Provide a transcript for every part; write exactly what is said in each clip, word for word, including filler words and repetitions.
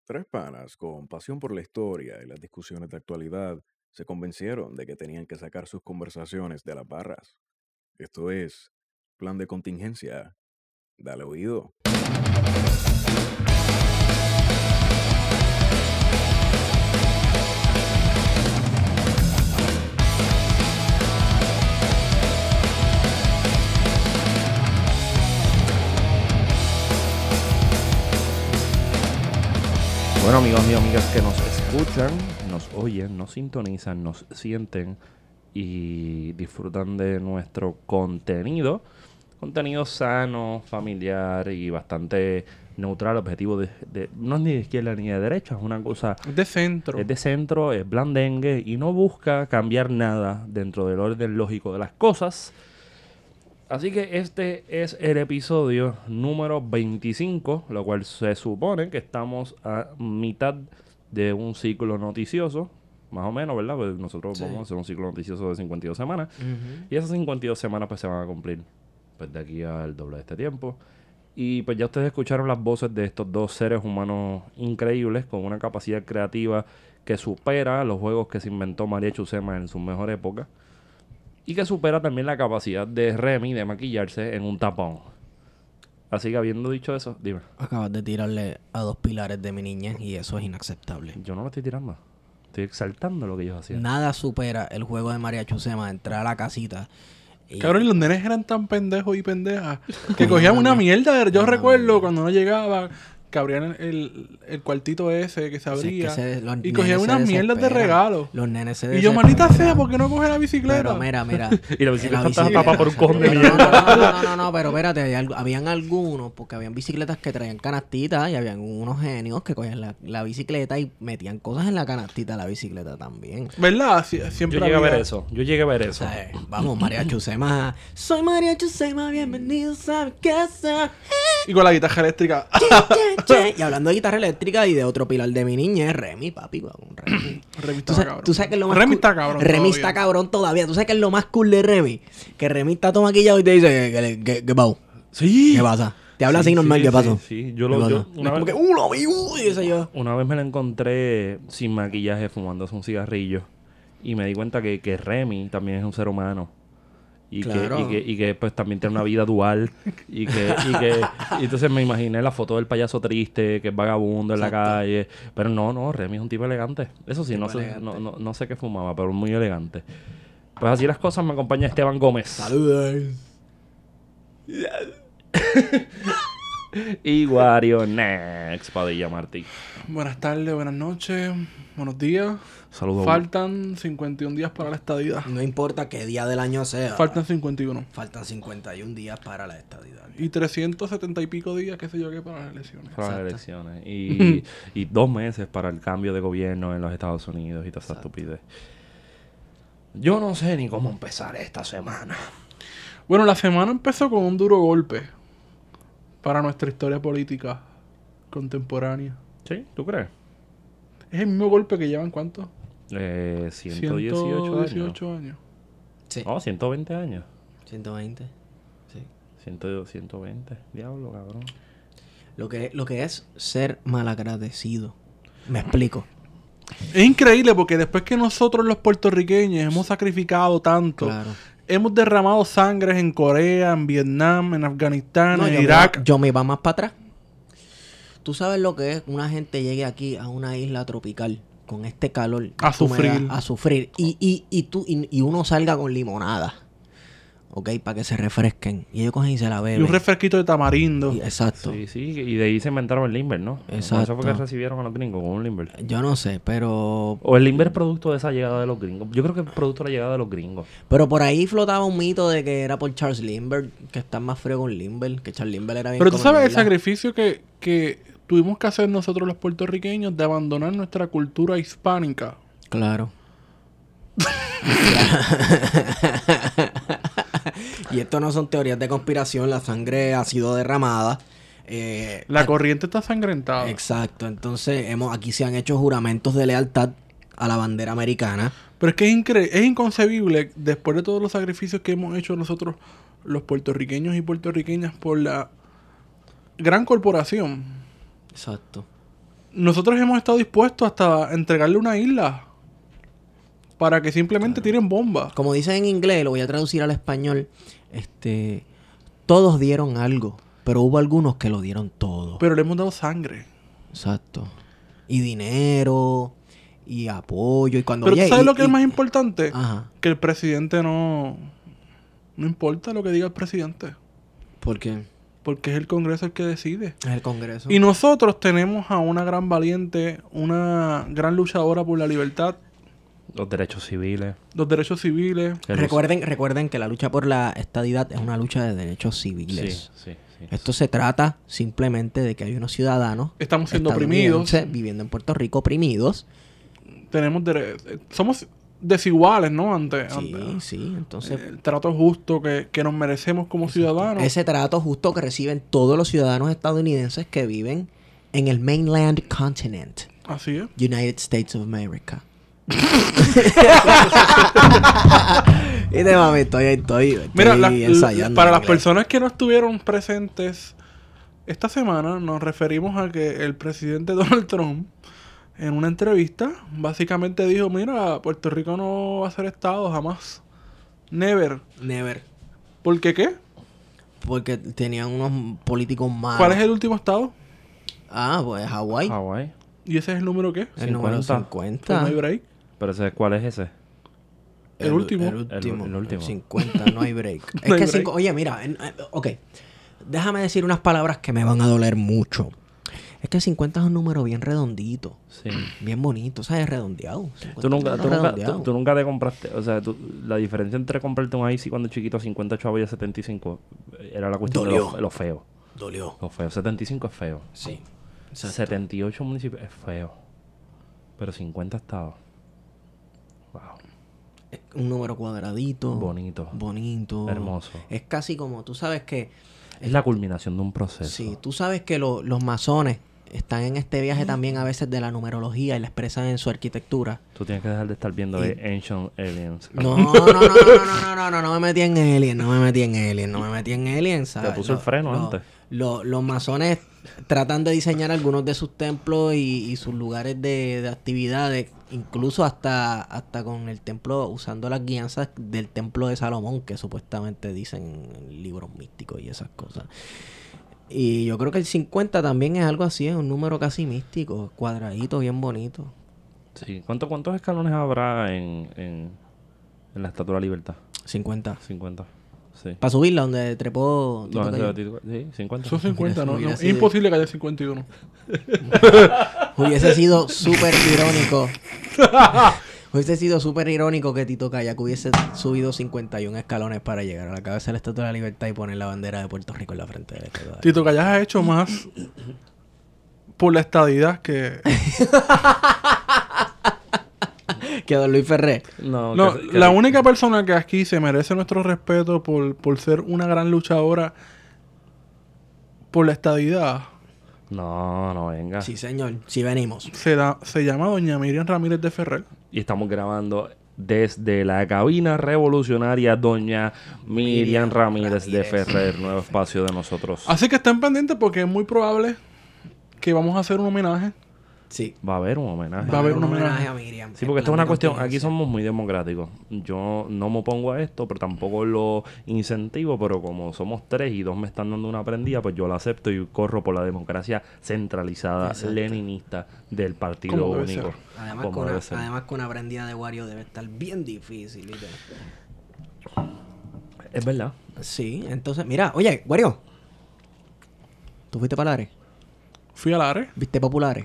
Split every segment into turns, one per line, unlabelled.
Tres panas con pasión por la historia y las discusiones de actualidad se convencieron de que tenían que sacar sus conversaciones de las barras. Esto es Plan de Contingencia. Dale oído.
Bueno, amigos y amigas que nos escuchan, nos oyen, nos sintonizan, nos sienten y disfrutan de nuestro contenido. Contenido sano, familiar y bastante neutral, objetivo de, de no es ni de izquierda ni de derecha, es una cosa...
Es de centro.
Es de centro, es blandengue y no busca cambiar nada dentro del orden lógico de las cosas. Así que este es el episodio número veinticinco, lo cual se supone que estamos a mitad de un ciclo noticioso, más o menos, ¿verdad? Pues nosotros
Sí.
vamos a hacer un ciclo noticioso de cincuenta y dos semanas.
Uh-huh.
Y esas cincuenta y dos semanas pues se van a cumplir pues de aquí al doble de este tiempo. Y pues ya ustedes escucharon las voces de estos dos seres humanos increíbles con una capacidad creativa que supera los juegos que se inventó María Chusema en su mejor época. Y que supera también la capacidad de Remy de maquillarse en un tapón. Así que habiendo dicho eso, dime.
Acabas de tirarle a dos pilares de mi niñez y eso es inaceptable.
Yo no lo estoy tirando. Estoy exaltando lo que ellos hacían.
Nada supera el juego de María Chusema, entrar a la casita. Y...
Cabrón, y los nenes eran tan pendejos y pendejas que cogían una mierda. Yo recuerdo cuando no llegaba, que abrían el, el cuartito ese que se abría.
O sea, es que se- los
y
nenes
cogían
se
unas mierdas de
desesperan.
regalo.
Los nenes se
Y yo,
desesperan.
maldita sea, ¿por qué no coge la bicicleta?
Pero mira, mira.
Y la bicicleta
La
estaba
bicicleta-
tapada por un cojón de
Pero
mierda.
No, no, no, no, no, no, pero espérate, hay algo- habían algunos, porque habían bicicletas que traían canastitas y habían unos genios que cogían la, la bicicleta y metían cosas en la canastita de la bicicleta también.
¿Verdad? Sie- siempre
Yo llegué a ver
había-
eso. Yo llegué a ver
O
eso.
sea, eh, vamos, María Chusema. Soy María Chusema, bienvenido a mi casa.
Y con la guitarra eléctrica.
Che, che. Y hablando de guitarra eléctrica y de otro pilar de mi niña, Remy, papi, con Remy.
Remy
¿Tú
estaba
sabes,
cabrón.
tú sabes que es lo más
Remy
cool-
está cabrón.
Remy
todavía.
está cabrón todavía. ¿Tú sabes que es lo más cool de Remy? Que Remy está todo maquillado y te dice que, que, que, que, pau.
Sí.
¿Qué pasa? Te habla
Sí,
así normal,
sí,
¿qué
sí,
pasó?
Sí, yo
¿Qué
lo...
pasa?
Yo,
No
una,
es como
vez,
que, uh, lo vi, uh, y eso yo.
una vez me la encontré sin maquillaje fumándose un cigarrillo. Y me di cuenta que, que Remy también es un ser humano. Y,
Claro.
que, y, que, y que pues también tiene una vida dual. Y que, y que y entonces me imaginé la foto del payaso triste, que es vagabundo en la
Exacto.
calle. Pero no, no, Remy es un tipo elegante. Eso sí,
Tipo
no sé,
elegante.
no, no, no sé qué fumaba, pero muy elegante. Pues así las cosas, me acompaña Esteban Gómez.
Saludos.
Y Wario Next, Padilla Martí.
Buenas tardes, buenas noches, buenos días.
Saludos.
Faltan cincuenta y un días para la estadidad.
No importa qué día del año sea.
Faltan cincuenta y uno.
Faltan cincuenta y un días para la estadidad.
Y trescientos setenta y pico días, qué sé yo qué, para las elecciones.
Para las
Exacto.
elecciones. Y, y dos meses para el cambio de gobierno en los Estados Unidos y toda esa estupidez. Yo no sé ni cómo empezar esta semana.
Bueno, la semana empezó con un duro golpe para nuestra historia política contemporánea.
¿Sí? ¿Tú crees?
Es el mismo golpe que llevan, ¿cuánto?
Eh, ciento dieciocho años.
dieciocho años.
Sí.
No, ciento veinte años.
ciento veinte. Sí.
cien, ciento veinte. Diablo, cabrón.
Lo que, lo que es ser malagradecido. Me explico.
Es increíble porque después que nosotros los puertorriqueños hemos sacrificado tanto,
Claro.
hemos derramado sangres en Corea, en Vietnam, en Afganistán,
No,
en
yo,
Irak.
Me, yo me iba más para atrás. Tú sabes lo que es una gente llegue aquí a una isla tropical con este calor.
A
tú me
sufrir.
das- A sufrir. Y, y, y, tú, y, y uno salga con limonada. ¿Ok? Para que se refresquen. Y ellos cogen y se la
Y
beben.
un refresquito de tamarindo.
Y- exacto.
Sí, sí. Y de ahí se inventaron el limber, ¿no?
Exacto.
Eso fue que recibieron a los gringos con un limber.
Yo no sé, pero...
O el limber es producto de esa llegada de los gringos. Yo creo que es producto de la llegada de los gringos.
Pero por ahí flotaba un mito de que era por Charles Lindbergh, que está más frío con Lindbergh, que Charles Lindbergh era bien
Pero tú sabes el
comedila.
sacrificio que, que tuvimos que hacer nosotros los puertorriqueños de abandonar nuestra cultura hispánica.
Claro. Y esto no son teorías de conspiración, la sangre ha sido derramada. Eh,
La corriente está sangrentada.
exacto, entonces hemos aquí se han hecho juramentos de lealtad a la bandera americana.
Pero es que es, incre- es inconcebible, después de todos los sacrificios que hemos hecho nosotros, los puertorriqueños y puertorriqueñas, por la gran corporación,
Exacto.
nosotros hemos estado dispuestos hasta a entregarle una isla para que simplemente tiren bombas.
Como dicen en inglés, lo voy a traducir al español, este, todos dieron algo, pero hubo algunos que lo dieron todo.
Pero le hemos dado sangre.
Exacto. Y dinero, y apoyo, y cuando...
Pero
oye,
¿tú sabes
y-
lo que
y-
es más importante?
Ajá.
Que el presidente no... No importa lo que diga el presidente.
¿Por qué?
Porque es el Congreso el que decide.
Es el Congreso.
Y nosotros tenemos a una gran valiente, una gran luchadora por la libertad,
Los derechos civiles.
los derechos civiles.
el uso-
Recuerden, recuerden que la lucha por la estadidad es una lucha de derechos
Sí,
civiles.
sí, sí.
Esto se trata simplemente de que hay unos ciudadanos
Estamos siendo oprimidos.
estadounidenses viviendo en Puerto Rico oprimidos.
Tenemos dere- somos desiguales, ¿no? Ante,
Sí,
ante
sí. Entonces,
el trato justo que, que nos merecemos como ciudadanos.
ese trato justo que reciben todos los ciudadanos estadounidenses que viven en el mainland continent,
Así es.
United States of America. Y de mami, estoy, estoy, estoy
Mira, la-
ensayando
para
en
las
inglés.
personas que no estuvieron presentes esta semana, nos referimos a que el presidente Donald Trump, en una entrevista, básicamente dijo, mira, Puerto Rico no va a ser estado jamás. Never.
Never.
¿Por qué qué?
Porque tenían unos políticos malos.
¿Cuál es el último estado?
Ah, pues Hawái.
Hawái.
¿Y ese es el número qué?
El número
cincuenta.
Pues
cincuenta.
no hay break.
Pero ese, ¿cuál es ese?
El último.
El último.
El- el último.
cincuenta, no hay break.
No
es
hay
que
break.
cinco... Oye, mira. en- eh, ok. Déjame decir unas palabras que me van a doler mucho. Es que cincuenta es un número bien redondito.
Sí.
Bien bonito. ¿Sabes? Redondeado. cincuenta
Tú
es
nunca,
un
tú,
número
nunca,
redondeado.
tú- tú nunca te compraste, o sea, tú- la diferencia entre comprarte un Icy cuando chiquito a cincuenta chavos y a setenta y cinco era la cuestión de
Dolió.
lo, lo feo.
Dolió.
Lo feo. setenta y cinco es feo.
Sí. Exacto.
setenta y ocho municipios es feo. Pero cincuenta estados. Wow.
Es un número cuadradito.
Bonito.
Bonito.
Hermoso.
Es casi como... Tú sabes que...
Es la culminación de un proceso.
Sí, tú sabes que lo- los masones están en este viaje también a veces de la numerología y la expresan en su arquitectura.
Tú tienes que dejar de estar viendo
Y-
de Ancient Aliens.
No, no, no, no, no, no, no, no, no, no me metí en Alien, no me metí en Alien, no me metí en Alien, ¿sabes?
Te puso el
Lo-
freno
lo-
antes.
lo- los masones tratan de diseñar algunos de sus templos y, y sus lugares de, de actividades, incluso hasta, hasta con el templo, usando las guianzas del templo de Salomón, que supuestamente dicen en libros místicos y esas cosas. Y yo creo que el cincuenta también es algo así, es un número casi místico, cuadradito, bien bonito.
Sí. ¿Cuánto, ¿Cuántos escalones habrá en, en, en la Estatua de la Libertad?
cincuenta.
cincuenta. Sí.
Para subirla donde trepó Tito
No,
Cayo.
ese Tito- sí, cincuenta.
Son cincuenta, ¿no?
Hubiera
no,
sido-
Es imposible que haya cincuenta y uno.
Hubiese sido súper irónico. Hubiese sido súper irónico que Tito Kayak hubiese subido cincuenta y uno escalones para llegar a la cabeza de la Estatua de la Libertad y poner la bandera de Puerto Rico en la frente de la Estatua de la
Tito Callas ha hecho más por la estadidad que...
Libertad. Que Don Luis Ferré.
No,
No,
que- que-
la única persona que aquí se merece nuestro respeto por, por ser una gran luchadora por la estadidad
No, no venga.
Sí, señor. Sí venimos.
se, da, se llama Doña Miriam Ramírez de Ferrer.
Y estamos grabando desde la cabina revolucionaria Doña Miriam
Miriam
Ramírez, de
Ramírez.
Ferrer, nuevo espacio de nosotros.
Así que estén pendientes porque es muy probable que vamos a hacer un homenaje.
Sí.
Va a haber un homenaje.
Va a haber un homenaje.
a Miriam.
Sí,
en
porque esto es
plan
una
de
cuestión, aquí
contingencia.
somos muy democráticos. Yo no me opongo a esto, pero tampoco lo incentivo, pero como somos tres y dos me están dando una prendida, pues yo la acepto y corro por la democracia centralizada,
Exacto.
leninista del Partido
Como debe
Único.
ser.
Además,
como
con una,
debe ser.
además con una prendida de Wario debe estar bien difícil. ¿viste?
Es verdad.
Sí, entonces, mira, oye, Wario. ¿Tú fuiste para Lares?
Fui al Ares.
¿Viste Populares?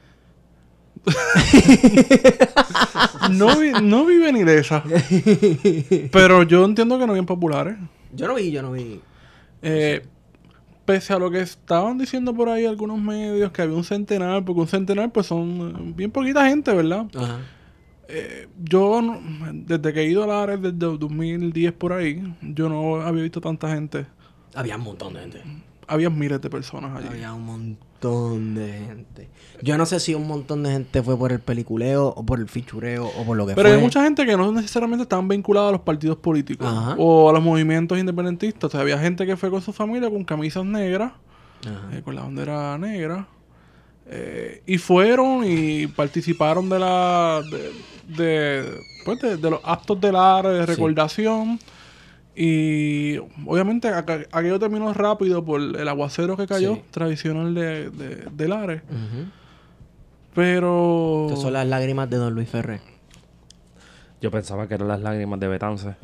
No vi, no vi venir esa. Pero yo entiendo que no bien populares.
Yo no vi, yo no vi.
Eh, pese a lo que estaban diciendo por ahí algunos medios, que había un centenar, porque un centenar pues son eh, bien poquita gente, ¿verdad?
Ajá.
Eh, yo, no- desde que he ido a la área desde dos mil diez por ahí, yo no había visto tanta gente.
Había un montón de gente.
Había miles de personas allí.
Había un montón de gente. Yo no sé si un montón de gente fue por el peliculeo o por el fichureo o por lo que
Pero
fue.
hay mucha gente que no necesariamente estaban vinculados a los partidos políticos
Ajá.
o a los movimientos independentistas. O sea, había gente que fue con su familia con camisas negras,
Ajá.
eh, con la bandera negra. Eh, y fueron y participaron de la de, de, pues de, de los actos de la de
Sí.
recordación. Y obviamente aqu- aquello terminó rápido por el aguacero que cayó,
Sí.
tradicional de, de, de Lares.
Ujú.
Pero
Estas son las lágrimas de Don Luis Ferrer.
Yo pensaba que eran las lágrimas de Betance.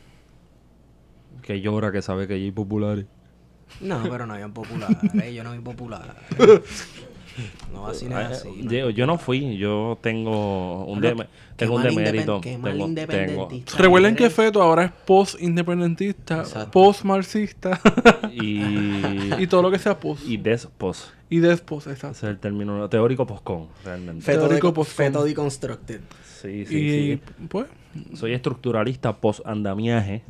Que llora, que sabe que ella es popular.
No, pero no habían populares. Yo no vi populares. No vaciles así. no.
Yo, yo no fui, yo tengo un,
Bueno,
dem-
qué
tengo un
mal
demérito.
indepen- qué mal
Tengo, tengo,
independentista
recuerden que
eres.
Feto ahora es post-independentista,
Exacto.
post-marxista
y,
y todo lo que sea post.
y despos.
Y despos, exacto.
Ese es el término teórico postcon, realmente.
Feto,
Teórico
de,
postcom.
feto deconstructed.
Sí, sí,
y
sí.
pues,
Soy estructuralista post-andamiaje.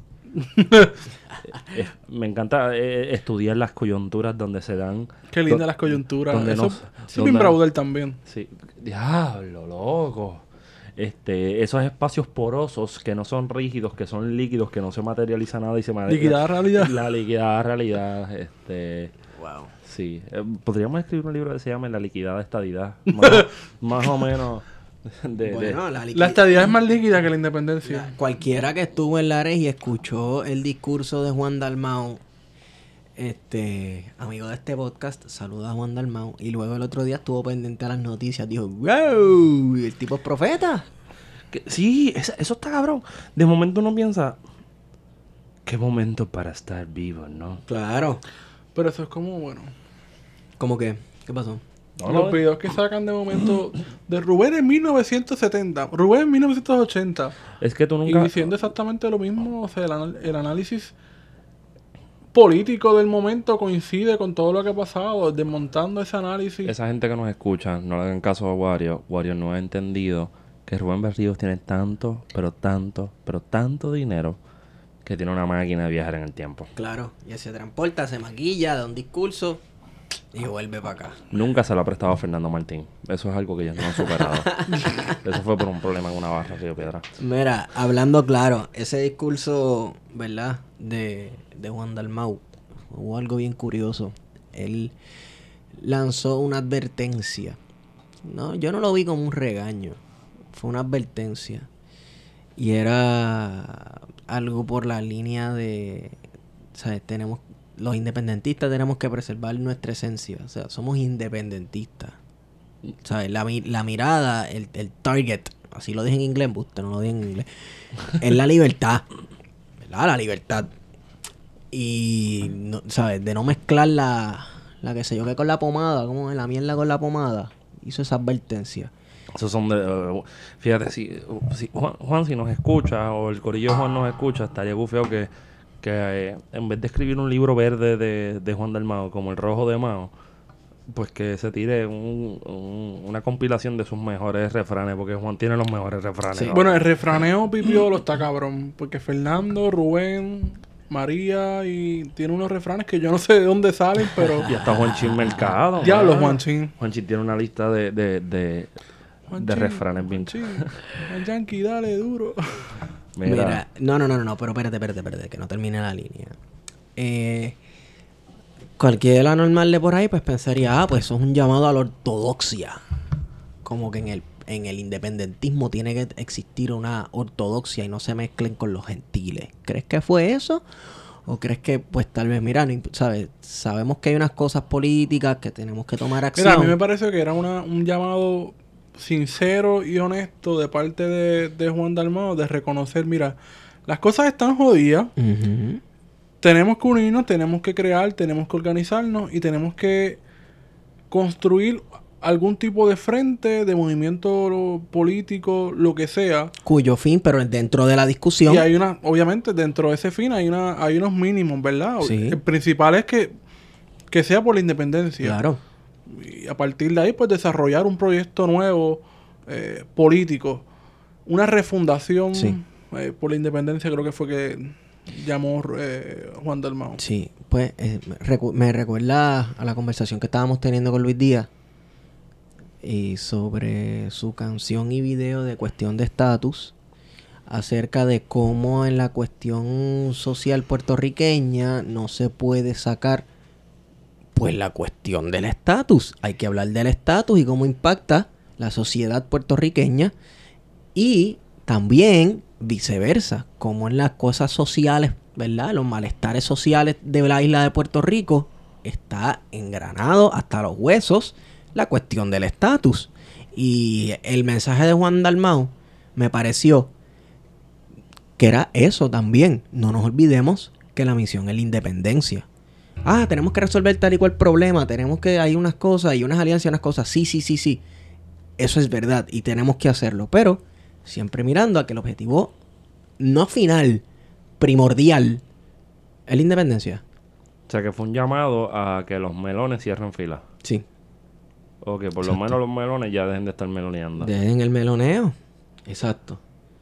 Eh, me encanta eh, estudiar las coyunturas donde se dan.
qué linda
do-
las coyunturas.
donde
Eso,
nos-
eso es
donde-
bien Browder también.
Sí, diablo, loco. Este, esos espacios porosos que no son rígidos, que son líquidos, que no se materializa nada y se materializa.
Liquidada realidad.
La liquidada realidad, este,
Wow.
sí. Eh, Podríamos escribir un libro que se llame La liquidada estadidad. Más, más o menos. De, de-
Bueno, la, liqui-
La estadía es más líquida que la independencia.
la- cualquiera que estuvo en Lares y escuchó el discurso de Juan Dalmau, este amigo de este podcast, saluda a Juan Dalmau. Y luego el otro día estuvo pendiente a las noticias. Dijo, wow, el tipo es profeta.
que- sí, esa- eso está cabrón. De momento uno piensa, qué momento para estar vivo, ¿no?
Claro.
Pero eso es como, bueno.
¿Cómo que? ¿Qué pasó?
No,
los
no,
videos que sacan de momento de Rubén en mil novecientos setenta, Rubén en mil novecientos ochenta.
es que tú
Y
nunca...
diciendo exactamente lo mismo. O sea, el, anal- el análisis político del momento coincide con todo lo que ha pasado, desmontando ese análisis.
Esa gente que nos escucha, no le hagan caso a Wario. Wario no ha entendido que Rubén Berríos tiene tanto, pero tanto, pero tanto dinero que tiene una máquina de viajar en el tiempo.
Claro. Y él se transporta, se maquilla, da un discurso y vuelve para acá.
Nunca se lo ha prestado a Fernando Martín. Eso es algo que ellos no han superado. Eso fue por un problema en una barra Río Piedra.
Mira, hablando claro, ese discurso, ¿verdad? De, de Juan Dalmau, hubo algo bien curioso. Él lanzó una advertencia. No, yo no lo vi como un regaño. Fue una advertencia. Y era algo por la línea de, ¿sabes? Tenemos, los independentistas tenemos que preservar nuestra esencia. O sea, somos independentistas. ¿Sabes? La, mi- la mirada, el, el target, así lo dije en inglés, usted no lo dije en inglés, es la libertad. ¿Verdad? La libertad. Y, no, ¿sabes? De no mezclar la, la que sé yo que con la pomada, como la mierda con la pomada. Hizo esa advertencia.
Esos son de... uh, fíjate, si, uh, si Juan, Juan, si nos escucha, o el corillo de Juan nos escucha, estaría bufeo que, que eh, en vez de escribir un libro verde de, de Juan del Mao, como el rojo de Mao, pues que se tire un, un- una compilación de sus mejores refranes, porque Juan tiene los mejores refranes.
Sí.
¿no?
Bueno, el refraneo pipiolo está cabrón. Porque Fernando, Rubén, María y tiene unos refranes que yo no sé de dónde salen, pero...
Y hasta Juanchín Mercado.
Diablo,
mano.
Juanchín.
Juanchín tiene una lista de, de, de, de refranes bien...
Juanchín, el Yankee, dale duro.
Mira,
Mira, no, no, no, no, pero espérate, espérate, espérate, que no termine la línea. Eh, cualquiera normal de por ahí, pues pensaría, ah, pues eso es un llamado a la ortodoxia. Como que en el, en el independentismo tiene que existir una ortodoxia y no se mezclen con los gentiles. ¿Crees que fue eso? ¿O crees que, pues tal vez, mira, no imp- ¿sabes? Sabemos que hay unas cosas políticas que tenemos que tomar acción.
Mira, a mí me parece que era una, un llamado sincero y honesto de parte de, de Juan Dalmau de reconocer, mira, las cosas están jodidas,
Ujú.
tenemos que unirnos, tenemos que crear, tenemos que organizarnos y tenemos que construir algún tipo de frente, de movimiento político, lo que sea.
Cuyo fin, pero dentro de la discusión.
Y hay una, obviamente, dentro de ese fin hay una, hay unos mínimos, ¿verdad?
Sí.
El principal es que, que sea por la independencia.
Claro.
Y a partir de ahí, pues desarrollar un proyecto nuevo, eh, político. Una refundación
Sí.
eh, por la independencia, creo que fue que llamó eh, Juan Dalmau.
Sí, pues eh, me recu- me recuerda a la conversación que estábamos teniendo con Luis Díaz y sobre su canción y video de Cuestión de Estatus, acerca de cómo en la cuestión social puertorriqueña no se puede sacar Pues la cuestión del estatus. Hay que hablar del estatus y cómo impacta la sociedad puertorriqueña. Y también viceversa, cómo en las cosas sociales, ¿verdad? Los malestares sociales de la isla de Puerto Rico está engranado hasta los huesos la cuestión del estatus. Y el mensaje de Juan Dalmau me pareció que era eso también. No nos olvidemos que la misión es la independencia. Ah, tenemos que resolver tal y cual problema. Tenemos que... Hay unas cosas y unas alianzas y unas cosas. Sí, sí, sí, sí. Eso es verdad y tenemos que hacerlo. Pero siempre mirando a que el objetivo no final, primordial, es la independencia.
O sea, que fue un llamado a que los melones cierren fila.
Sí.
O que por
Exacto.
lo menos los melones ya dejen de estar meloneando.
Dejen el meloneo. Exacto.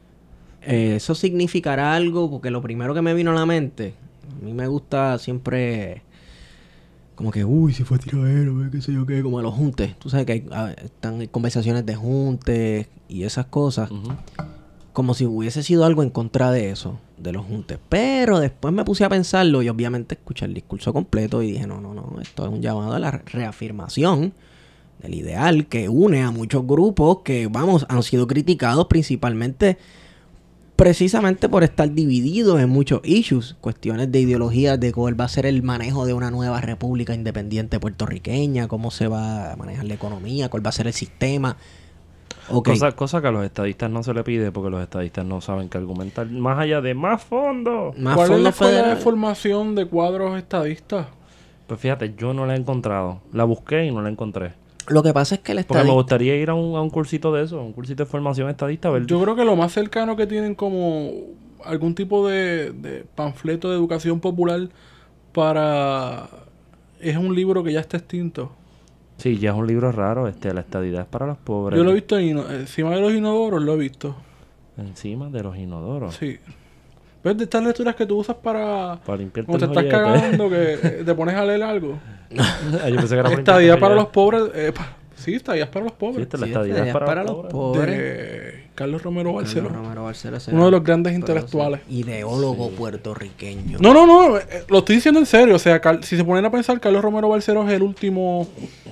Eh, eso significará algo, porque lo primero que me vino a la mente, a mí me gusta siempre como que, uy, si fue tiradero, eh, qué sé yo qué, como a los juntes. Tú sabes que hay, ah, están conversaciones de juntes y esas cosas.
Uh-huh.
Como si hubiese sido algo en contra de eso, de los juntes. Pero después me puse a pensarlo y obviamente escuché el discurso completo y dije, no, no, no, esto es un llamado a la reafirmación del ideal que une a muchos grupos que, vamos, han sido criticados principalmente precisamente por estar divididos en muchos issues, cuestiones de ideología, de cuál va a ser el manejo de una nueva república independiente puertorriqueña, cómo se va a manejar la economía, cuál va a ser el sistema. Okay.
Cosa, cosa que a los estadistas no se le pide porque los estadistas no saben qué argumentar. Más allá de más fondos.
Más
¿Cuál es la
fondos
escuela de
federales.
formación de cuadros estadistas?
Pues fíjate, yo no la he encontrado. La busqué y no la encontré.
Lo que pasa es que el
Porque me
estadista...
gustaría ir a un, a un cursito de eso, un cursito de formación estadista. A ver.
Yo creo que lo más cercano que tienen como algún tipo de, de panfleto de educación popular para... es un libro que ya está extinto.
Sí, ya es un libro raro. Este, la estadidad es para los pobres.
Yo lo he visto en ino- encima de los inodoros, lo he visto.
Encima de los inodoros.
Sí. ¿Ves de estas lecturas que tú usas para...
Para limpiarte
cuando te
el
estás
joyete.
cagando, que eh, te pones a leer algo?
Ah, yo pensé que era para
Estadía
limpiarte
para
el
los
joyete.
pobres... eh, pa- sí, estadías para los
Sí,
pobres.
esta, la
Sí,
estadidad es
estadía
para,
para
los
los
pobres.
pobres.
De Carlos Romero Barceló.
Carlos Romero Barceló, ese
Uno de
era
los grandes
un
intelectuales.
ideólogo puertorriqueño.
No, no, no. eh, Lo estoy diciendo en serio. O sea, Car- si se ponen a pensar, Carlos Romero Barceló es el último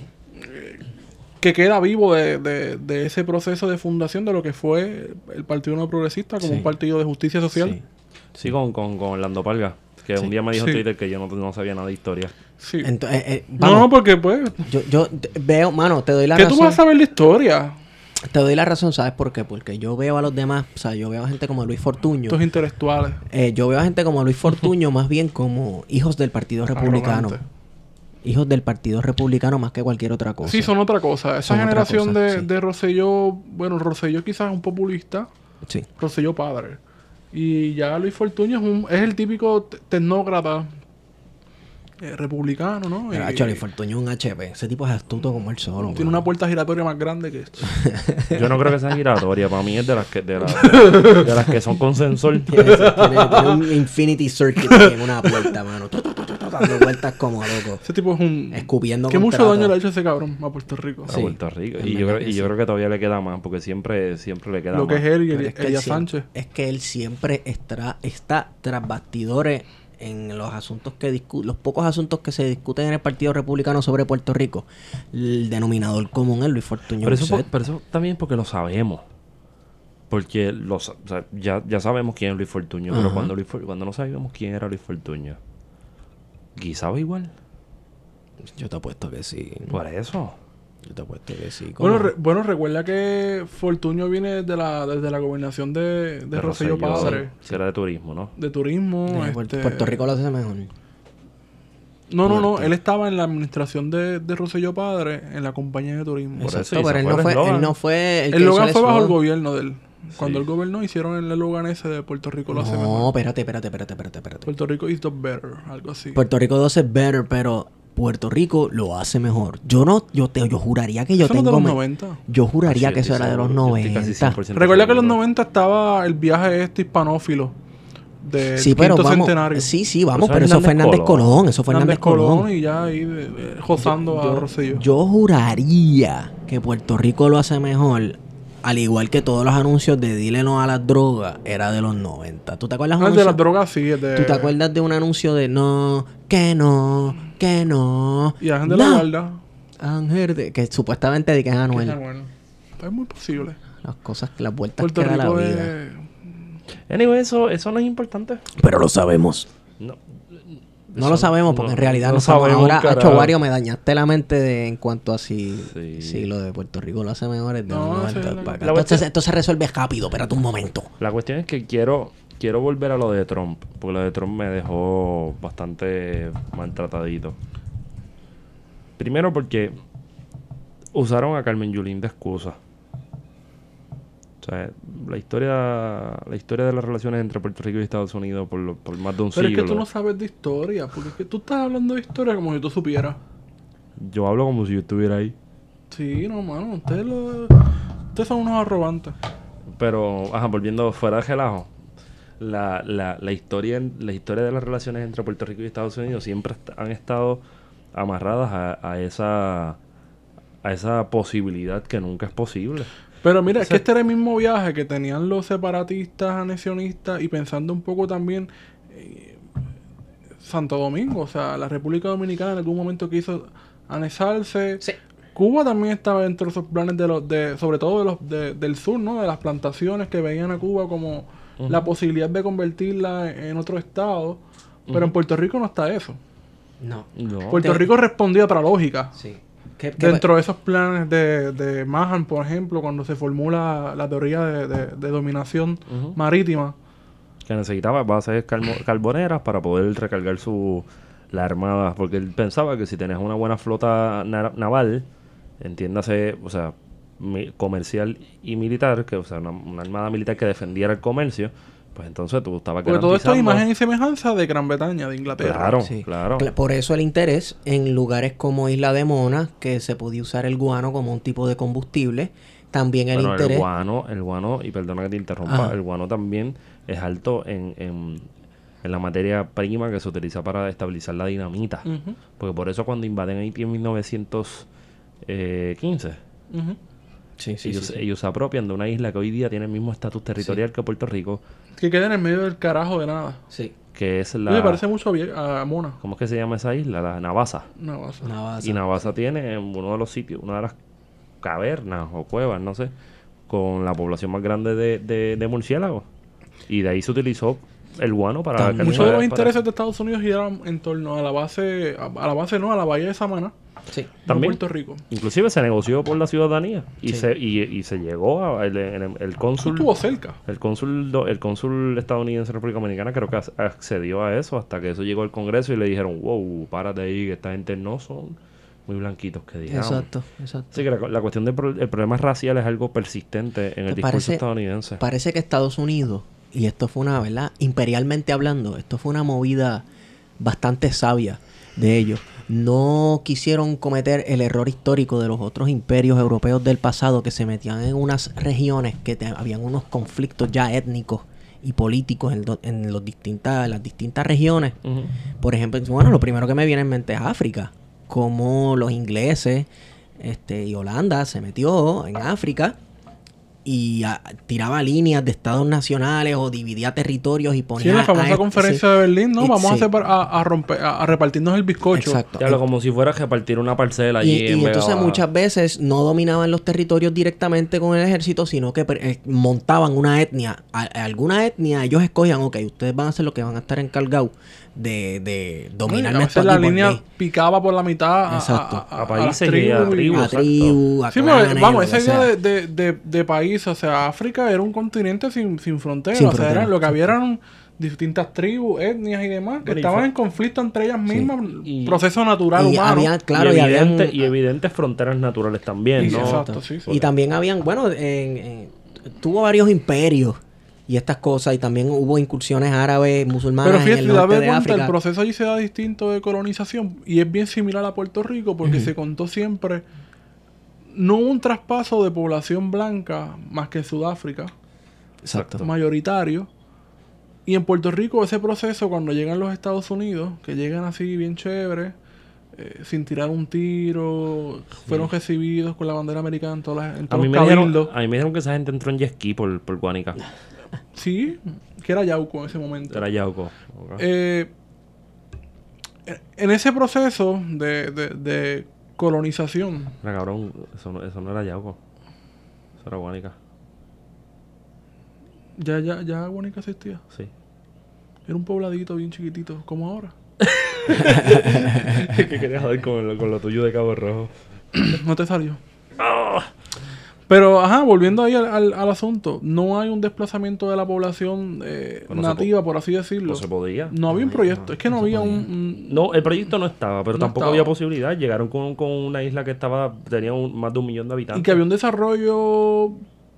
eh, que queda vivo de, de, de ese proceso de fundación de lo que fue el Partido No Progresista como
Sí.
un partido de justicia social.
Sí.
Sí, con, con, con Orlando Palga. Que
Sí.
un día me dijo
Sí.
en Twitter que yo no, no sabía nada de historia.
Sí.
Ento- eh, eh,
No,
vamos,
no, porque pues...
yo, yo te- veo, mano, te doy la
¿Qué
razón.
tú vas a saber de historia?
Te doy la razón, ¿sabes por qué? Porque yo veo a los demás, o sea, yo veo a gente como Luis Fortuño.
Estos intelectuales.
Eh, yo veo a gente como Luis Fortuño más bien como hijos del Partido Republicano.
Arrogantes.
Hijos del Partido Republicano más que cualquier otra cosa.
Sí, son otra cosa. Esa
Son otra
generación
cosa,
de,
sí.
de Rosselló... Bueno, Rosselló quizás es un populista.
Sí.
Rosselló padre. Y ya Luis Fortuño es, un, es el típico te- tecnócrata eh, republicano, ¿no?
Pero,
Y-
hacho, Luis Fortuño es un H P. Ese tipo es astuto como él solo.
Tiene
mano.
una puerta giratoria más grande que esto.
Yo no creo que sea giratoria. Para mí es de las que, de las, de las que son con sensor.
Tiene, tiene- tiene un Infinity Circuit ahí en una puerta, mano. Tu, tu, tu, tu, tu, dando vueltas como loco.
Ese tipo es un...
Escupiendo
Que mucho
contratos.
daño le ha hecho ese cabrón a Puerto Rico.
A
Sí,
Puerto Rico.
en
Y, yo
verdad
creo,
que
y yo
sí.
creo que todavía le queda más. Porque siempre, siempre le queda
Lo que
más.
es él y
Pero
el-
es que él
Elías
siempre-
Sánchez.
Es que él siempre está, está tras bastidores en los asuntos que discu- los pocos asuntos que se discuten en el Partido Republicano sobre Puerto Rico. El denominador común es Luis Fortuño.
Pero eso, por-
Bisset.
pero eso también porque lo sabemos. Porque los, o sea, ya, ya sabemos quién es Luis Fortuño. Pero
Ajá.
cuando, Luis For- cuando no sabíamos quién era Luis Fortuño, guisaba igual.
Yo te apuesto que sí.
Por eso.
Yo te apuesto que sí.
Bueno,
¿Cómo?
re- bueno, recuerda que Fortuño viene desde la, desde la gobernación de, de,
De
Rosselló
Rosselló,
Padre.
sí, era de turismo, ¿no?
De turismo.
De Puerto,
este-
Puerto Rico lo hace mejor.
No, no, no.
Puerto.
Él estaba en la administración de, de Rosselló Padre en la compañía de turismo.
Por
Exacto,
eso, y
pero
se
él
fue
no,
el
fue,
eslogan.
él no fue el
El
que hizo
Logan fue bajo el
eslogan.
gobierno de él. Cuando
Sí.
él gobernó hicieron el eslogan ese de Puerto Rico lo hace
No,
mejor.
espérate, espérate, espérate, espérate, espérate.
Puerto Rico is the better, algo así.
Puerto Rico doce es better, pero Puerto Rico lo hace mejor. Yo no, yo te, yo juraría que yo
Eso no es
tengo...
de los
me-
noventa.
Yo juraría
Sí,
que eso
estoy
era de los
seguro. Yo estoy casi
noventa.
cien por ciento
Recuerda que en los
seguro.
noventa estaba el viaje este hispanófilo del
Sí, pero
quinto
vamos,
centenario.
sí, sí, vamos,
Eso
pero
es
eso fue
Hernández
Hernández Colón.
Colón.
eso fue
Hernández
Hernández Colón.
Colón y ya ahí de- de- jozando a
yo,
Rosselló.
yo juraría que Puerto Rico lo hace mejor, al igual que todos los anuncios de Dile no a las drogas, era de los noventa. ¿Tú te acuerdas?
No,
un
el de
anuncio?
las drogas sí, es de...
¿Tú te acuerdas de un anuncio de no, que no, que no.
Y Ángel de
no.
la Guarda.
Ángel de... Que supuestamente de que es
que
Anuel.
es Anuel. Es muy posible.
Las cosas, las vueltas
Puerto
que da la
Rico
vida.
es...
Anyway, eso, eso no es importante.
Pero lo sabemos.
No.
No
Eso
lo sabemos porque
no-
en realidad
no
no sabemos.
sabemos,
Ahora,
carajo.
Hacho Wario, me dañaste la mente de, en cuanto a si,
Sí.
si lo de Puerto Rico lo hace mejor. Es de
No,
los
sí,
noventa
la-
para acá.
la
Entonces,
cuestión-
esto se resuelve rápido, espérate un momento.
La cuestión es que quiero, quiero volver a lo de Trump, porque lo de Trump me dejó bastante maltratadito. Primero porque usaron a Carmen Yulín de excusa. O sea, la historia, la historia de las relaciones entre Puerto Rico y Estados Unidos por, lo- por más de un
Pero es
siglo.
que tú no sabes de historia. Porque es que tú estás hablando de historia como si tú supieras.
Yo hablo como si yo estuviera ahí.
Sí, no, mano. Ustedes, lo... ustedes son unos arrogantes.
Pero, ajá, volviendo fuera de relajo, la, la, la, historia, la historia de las relaciones entre Puerto Rico y Estados Unidos siempre est- han estado amarradas a, a esa a esa posibilidad que nunca es posible.
Pero mira,
O
es
sea-
que este era el mismo viaje que tenían los separatistas, anexionistas y pensando un poco también eh, Santo Domingo, o sea, la República Dominicana en algún momento quiso anexarse.
Sí.
Cuba también estaba dentro de esos planes de los, de, sobre todo de los de- del sur, ¿no? De las plantaciones que veían a Cuba como
Ujú.
la posibilidad de convertirla en otro estado. Pero
Ujú.
en Puerto Rico no está eso.
No.
No.
Puerto
Te-
Rico respondía a otra lógica.
Sí. ¿Qué- qué-
Dentro de esos planes de, de Mahan, por ejemplo, cuando se formula la teoría de, de- de dominación
Ujú.
marítima.
Que necesitaba bases calmo- carboneras para poder recargar su la armada, porque él pensaba que si tenías una buena flota na- naval, entiéndase, o sea, mi- comercial y militar, que o sea, una, una armada militar que defendiera el comercio, pues entonces tú estabas
Porque todo esto es
garantizando...
imagen y semejanza de Gran Bretaña, de Inglaterra.
Claro,
Sí.
claro.
Cla- Por eso el interés en lugares como Isla de Mona, que se podía usar el guano como un tipo de combustible. También el
Bueno,
interés.
el guano, el guano, y perdona que te interrumpa,
Ajá.
el guano también es alto en, en, en la materia prima que se utiliza para estabilizar la dinamita.
Ujú,
Porque por eso cuando invaden Haití en mil novecientos quince,
ujú.
Sí, sí,
ellos,
sí, sí.
ellos se apropian de una isla que hoy día tiene el mismo estatus territorial que Puerto Rico,
Que queda en el medio del carajo de nada.
Sí.
que es
Me
la...
parece mucho a, Vie- a Mona.
¿Cómo es que se llama esa isla? La Navasa.
No, vas a-
Una base.
Y Navasa tiene en uno de los sitios, una de las cavernas o cuevas, no sé, con la población más grande de, de, de murciélagos. Y de ahí se utilizó el guano para...
También.
Muchos de los
para-
intereses de Estados Unidos giraron en torno a la base, a, a la base no, a la bahía de Samaná,
Sí.
no
También.
Puerto Rico.
Inclusive se negoció por la ciudanía y
Sí.
se y, y se llegó a el, el, el
Eso
cónsul
estuvo cerca.
el cónsul do- el cónsul estadounidense en República Dominicana creo que ac- accedió a eso hasta que eso llegó al Congreso y le dijeron wow, párate ahí que esta gente no son muy blanquitos que digamos.
Exacto, exacto.
Así que la, la cuestión del pro- el problema racial es algo persistente en el
¿Te
discurso
parece-
estadounidense.
Parece que Estados Unidos, y esto fue una, ¿verdad? Imperialmente hablando, esto fue una movida bastante sabia de ellos. No quisieron cometer el error histórico de los otros imperios europeos del pasado que se metían en unas regiones que te- habían unos conflictos ya étnicos y políticos en, do- en los distintas, las distintas regiones.
Ujú.
Por ejemplo, bueno, lo primero que me viene en mente es África. Como los ingleses este, y Holanda se metió en África y a- tiraba líneas de estados nacionales o dividía territorios y ponía...
Sí, en la
a
famosa
este-
conferencia
sí.
de Berlín, ¿no?
Y-
Vamos a,
sí.
separ- a, a romper, a, a repartirnos el bizcocho.
Exacto.
Ya lo como si fuera a repartir una parcela allí
Y, y
en Vega
entonces
Baja.
muchas veces no dominaban los territorios directamente con el ejército, sino que pre- eh, montaban una etnia. A, a alguna etnia ellos escogían, ok, ustedes van a ser los que van a estar encargados de, de
¿No? Y
dominarme
a
esto
veces la
aquí por
línea
ley.
picaba por la mitad a,
Exacto.
a,
A países y a
las
tribus.
A
exacto.
tribu, a
Sí, pero,
clanes,
vamos,
lo
esa
que
idea
sea.
de, de, de, de país, o sea, África era un continente sin, sin fronteras.
Sin
o sea,
fronteras,
era- lo que había
exacto.
eran distintas tribus, etnias y demás, que
Bueno, y
estaban
fue-
en conflicto entre ellas mismas,
Y-
proceso natural
Y
humano.
había, claro,
y,
y, habían-
evidente- y evidentes fronteras naturales también,
Y-
¿no?
exacto, sí, sí.
y también habían, bueno, en- en- tuvo varios imperios y estas cosas, y también hubo incursiones árabes, musulmanas
Pero
en
fíjate,
el
si das
norte de
cuenta,
África.
el proceso allí se da distinto de colonización y es bien similar a Puerto Rico porque se contó siempre, no hubo un traspaso de población blanca más que en Sudáfrica,
Exacto.
mayoritario. Y en Puerto Rico ese proceso cuando llegan los Estados Unidos, que llegan así bien chévere, eh, sin tirar un tiro, fueron recibidos con la bandera americana en, todas las, en
A
todos
mí,
los
me dijeron,
cabildos.
a mí me dijeron que esa gente entró en jet ski por, por Guánica.
Sí, que era Yauco en ese momento.
Era Yauco. Ok.
Eh, en ese proceso de, de, de colonización,
Mira, cabrón, eso no, eso no era Yauco. Eso era Guánica.
ya, ya, ya Guánica existía.
Sí.
Era un pobladito bien chiquitito, como ahora.
¿Qué querías joder con lo, con lo tuyo de Cabo Rojo?
No te salió. Pero, ajá, volviendo ahí al, al, al asunto, no hay un desplazamiento de la población eh,
Pues no se
nativa, por así decirlo.
No se podía.
No había un
No,
proyecto,
no,
es que no,
no se
había un,
podía.
un-
No, el proyecto no estaba, pero
No
tampoco
estaba.
había posibilidad. Llegaron con, con una isla que estaba tenía un- más de un millón de habitantes.
Y que había un desarrollo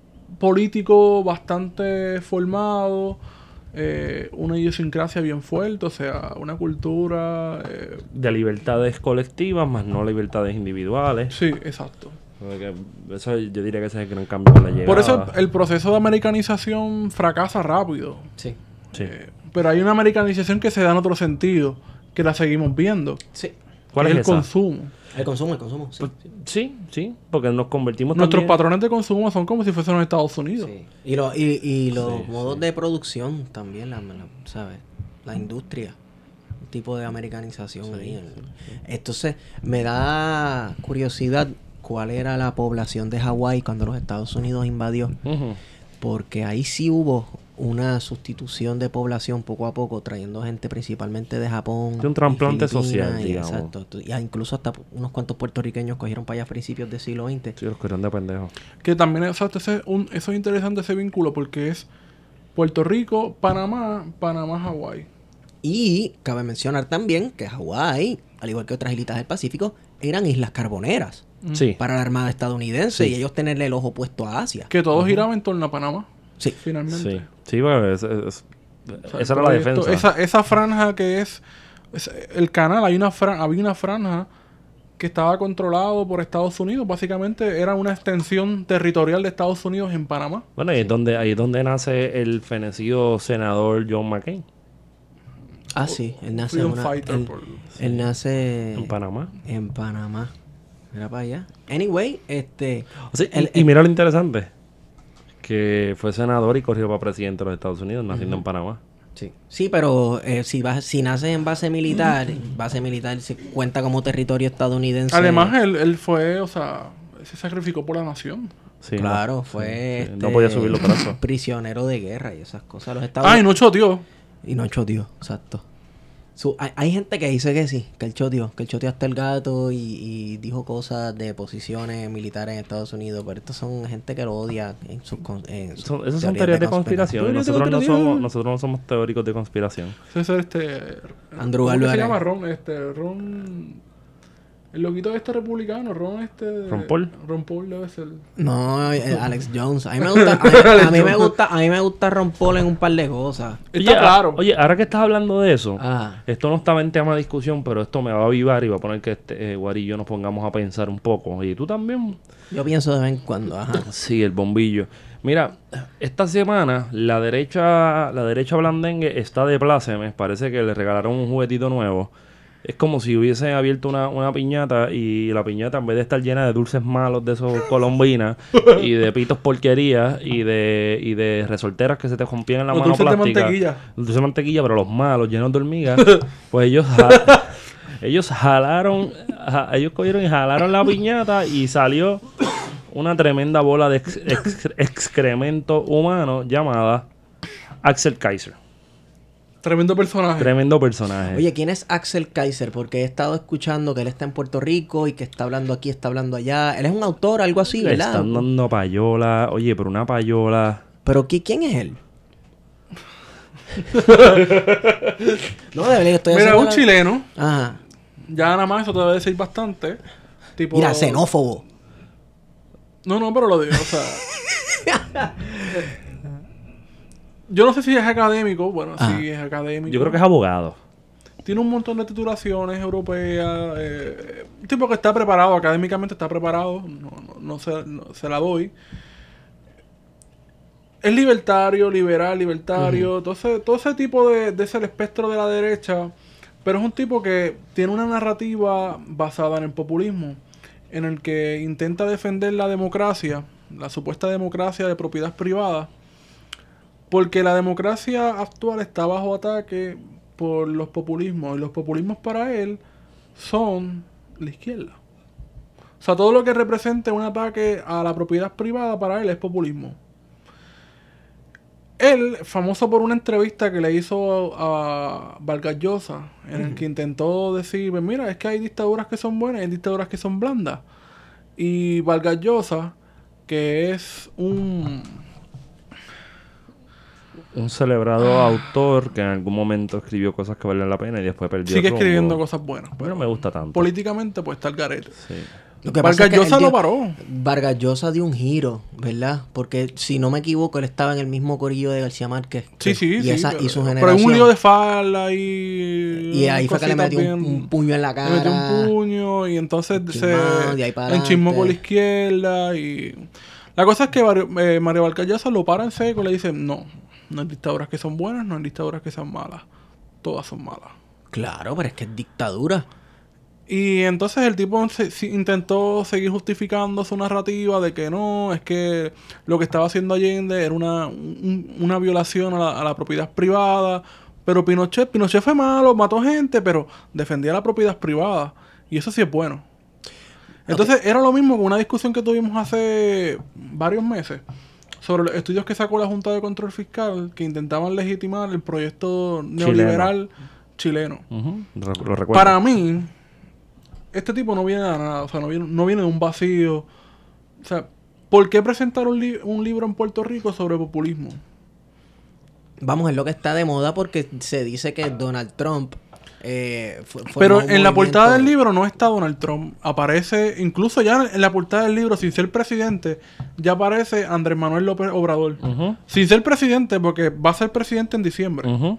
político bastante formado, eh, una idiosincrasia bien fuerte, o sea, una cultura... eh,
De libertades colectivas, más no libertades individuales.
sí, exacto.
Porque eso yo diría que ese es el gran cambio con la llegada.
Por eso el proceso de americanización fracasa rápido.
Sí.
Sí.
Eh, pero hay una americanización que se da en otro sentido, que la seguimos viendo.
Sí.
¿Cuál
que
es
el
esa?
consumo.
El consumo, el consumo, sí.
Sí, sí, porque nos convertimos
Nuestros
también...
patrones de consumo son como si fuesen los Estados Unidos.
Sí. Y, lo, y, y los
Sí,
modos
sí.
de producción también, la, la- ¿sabes? La industria. Un tipo de americanización ahí. en- Entonces, me da curiosidad cuál era la población de Hawái cuando los Estados Unidos invadió.
Ujú.
Porque ahí sí hubo una sustitución de población poco a poco, trayendo gente principalmente de Japón.
De un trasplante
y Filipinas,
social,
y
digamos.
Exacto. Tú- Y incluso hasta unos cuantos puertorriqueños cogieron para allá a principios del siglo veinte.
Sí, los cogieron de pendejos.
Que también exacto, ese, un, eso es interesante ese vínculo porque es Puerto Rico, Panamá, Panamá, Hawái.
Y cabe mencionar también que Hawái, al igual que otras islitas del Pacífico, eran islas carboneras
Sí.
para la Armada estadounidense
Sí.
y ellos tenerle el ojo puesto a Asia.
Que todo giraba en torno a Panamá,
Sí.
finalmente.
Sí. Sí, bueno, es- es-
O sea,
esa
el
era la
proyecto-
defensa.
Esa, esa franja que es, es- el canal, hay una fran- había una franja que estaba controlado por Estados Unidos. Básicamente era una extensión territorial de Estados Unidos en Panamá.
Bueno, ahí es donde, ahí es donde nace el fenecido senador John McCain,
Ah, sí. Él nace, en
Freedom
una-
Fighter
él,
por-
él nace
en Panamá.
en Panamá. Mira para allá. Anyway, este...
O sea, y-
el-
y, mira lo interesante, que fue senador y corrió para presidente de los Estados Unidos, naciendo en Panamá.
Sí, sí, pero eh, si vas, si naces en base militar, base militar se cuenta como territorio estadounidense.
Además, él, él fue, o sea, se sacrificó por la nación.
Sí,
claro,
no,
fue
sí, sí.
este,
No podía subir los brazos.
prisionero de guerra y esas cosas. Los Estados
Ay, no choteó.
Y no choteó, exacto. Su- hay, hay gente que dice que sí, que él choteó, que él choteó hasta el gato y, y dijo cosas de posiciones militares en Estados Unidos, pero estos son gente que lo odia en sus, con- en sus
Son- esas son teorías de conspiración.
Teorías de
Nosotros no,
conspiración.
somos, nosotros no somos teóricos de conspiración.
Ese es este...
Andrew
¿cómo que se
Álvarez.
llama Ron? Este, Ron... El loquito este republicano, Ron este...
¿Ron Paul?
Ron Paul debe ser...
No, eh, Alex Jones. A mí me gusta, a mí, a mí me gusta, a mí me gusta Ron Paul en un par de cosas.
Está
Oye, a-
claro.
Oye, ahora que estás hablando de eso,
Ah,
esto no estaba en tema de discusión, pero esto me va a avivar y va a poner que este, eh, Guari y yo nos pongamos a pensar un poco. Y tú también.
yo pienso de vez en cuando, ajá.
Sí, el bombillo. Mira, esta semana la derecha, la derecha blandengue está de plácemes. Parece que le regalaron un juguetito nuevo. Es como si hubiese abierto una, una piñata y la piñata, en vez de estar llena de dulces malos de esos colombinas y de pitos porquerías y de, y de resorteras que se te rompían en la
Los
mano
dulces de
plástica.
mantequilla.
Los dulces de mantequilla, pero los malos, llenos de hormigas. Pues ellos, ja- ellos jalaron, ja- ellos cogieron y jalaron la piñata y salió una tremenda bola de ex- ex- excremento humano llamada Axel Kaiser.
Tremendo personaje.
Tremendo personaje.
Oye, ¿quién es Axel Kaiser? Porque he estado escuchando que él está en Puerto Rico y que está hablando aquí, está hablando allá. Él es un autor, algo así,
Le
¿verdad?
están dando payola. Oye, pero una payola.
Pero ¿qui- ¿quién es él? No, de verdad, estoy
Mira,
haciendo
un
la-
chileno.
Ajá.
Ya nada más eso te debe decir bastante. Tipo...
Mira, xenófobo.
No, no, pero lo digo, o sea... Yo no sé si es académico. Bueno,
Ah.
sí es académico.
Yo creo que es abogado.
Tiene un montón de titulaciones europeas. Eh, un tipo que está preparado, académicamente está preparado. No, no, no se, no se la doy. Es libertario, liberal, libertario. todo, ese, todo ese tipo de, de ese el espectro de la derecha. Pero es un tipo que tiene una narrativa basada en el populismo. En el que intenta defender la democracia. La supuesta democracia de propiedad privada. Porque la democracia actual está bajo ataque por los populismos. Y los populismos para él son la izquierda. O sea, todo lo que represente un ataque a la propiedad privada para él es populismo. Él, famoso por una entrevista que le hizo a, a Vargas Llosa, en el que intentó decir, pues mira, es que hay dictaduras que son buenas y hay dictaduras que son blandas. Y Vargas Llosa, que es un...
Un celebrado autor que en algún momento escribió cosas que valen la pena y después perdió
sigue
el rumbo.
escribiendo cosas buenas.
Pero no me gusta tanto.
Políticamente, pues está el garete.
Sí.
Lo que pasa
Vargas
es que él
Llosa
dio-
lo paró.
Vargas Llosa dio un giro, ¿verdad? Porque si no me equivoco, él estaba en el mismo corillo de García Márquez.
Sí, sí,
y
sí.
Esa,
pero,
y su
pero
generación.
es un lío de falda y...
Y ahí fue que le
cositas
metió un,
bien-
un puño en la cara.
Le metió un puño y entonces
Chismado,
se
de ahí para
enchismó con la
adelante.
izquierda y... La cosa es que Mario, eh, Mario Vargas Llosa lo para en seco y le dice, no, no hay dictaduras que son buenas, no hay dictaduras que sean malas. Todas son malas.
Claro, pero es que es dictadura.
Y entonces el tipo se- si- intentó seguir justificando su narrativa de que no, es que lo que estaba haciendo Allende era una, un- una violación a la, a la propiedad privada. Pero Pinochet, Pinochet fue malo, mató gente, pero defendía la propiedad privada. Y eso sí es bueno. Entonces era lo mismo con una discusión que tuvimos hace varios meses sobre los estudios que sacó la Junta de Control Fiscal que intentaban legitimar el proyecto neoliberal chileno.
Ujú, Lo lo recuerdo.
Para mí, este tipo no viene de nada, o sea, no viene, no viene de un vacío. O sea, ¿por qué presentar un, li- un libro en Puerto Rico sobre populismo?
Vamos, es lo que está de moda porque se dice que Donald Trump eh, fu- formó
Pero
un
en la portada del
movimiento-
libro no está Donald Trump. Aparece, incluso ya en la portada del libro, sin ser presidente, ya aparece Andrés Manuel López Obrador.
Ujú,
Sin ser presidente, porque va a ser presidente en diciembre.
ujú.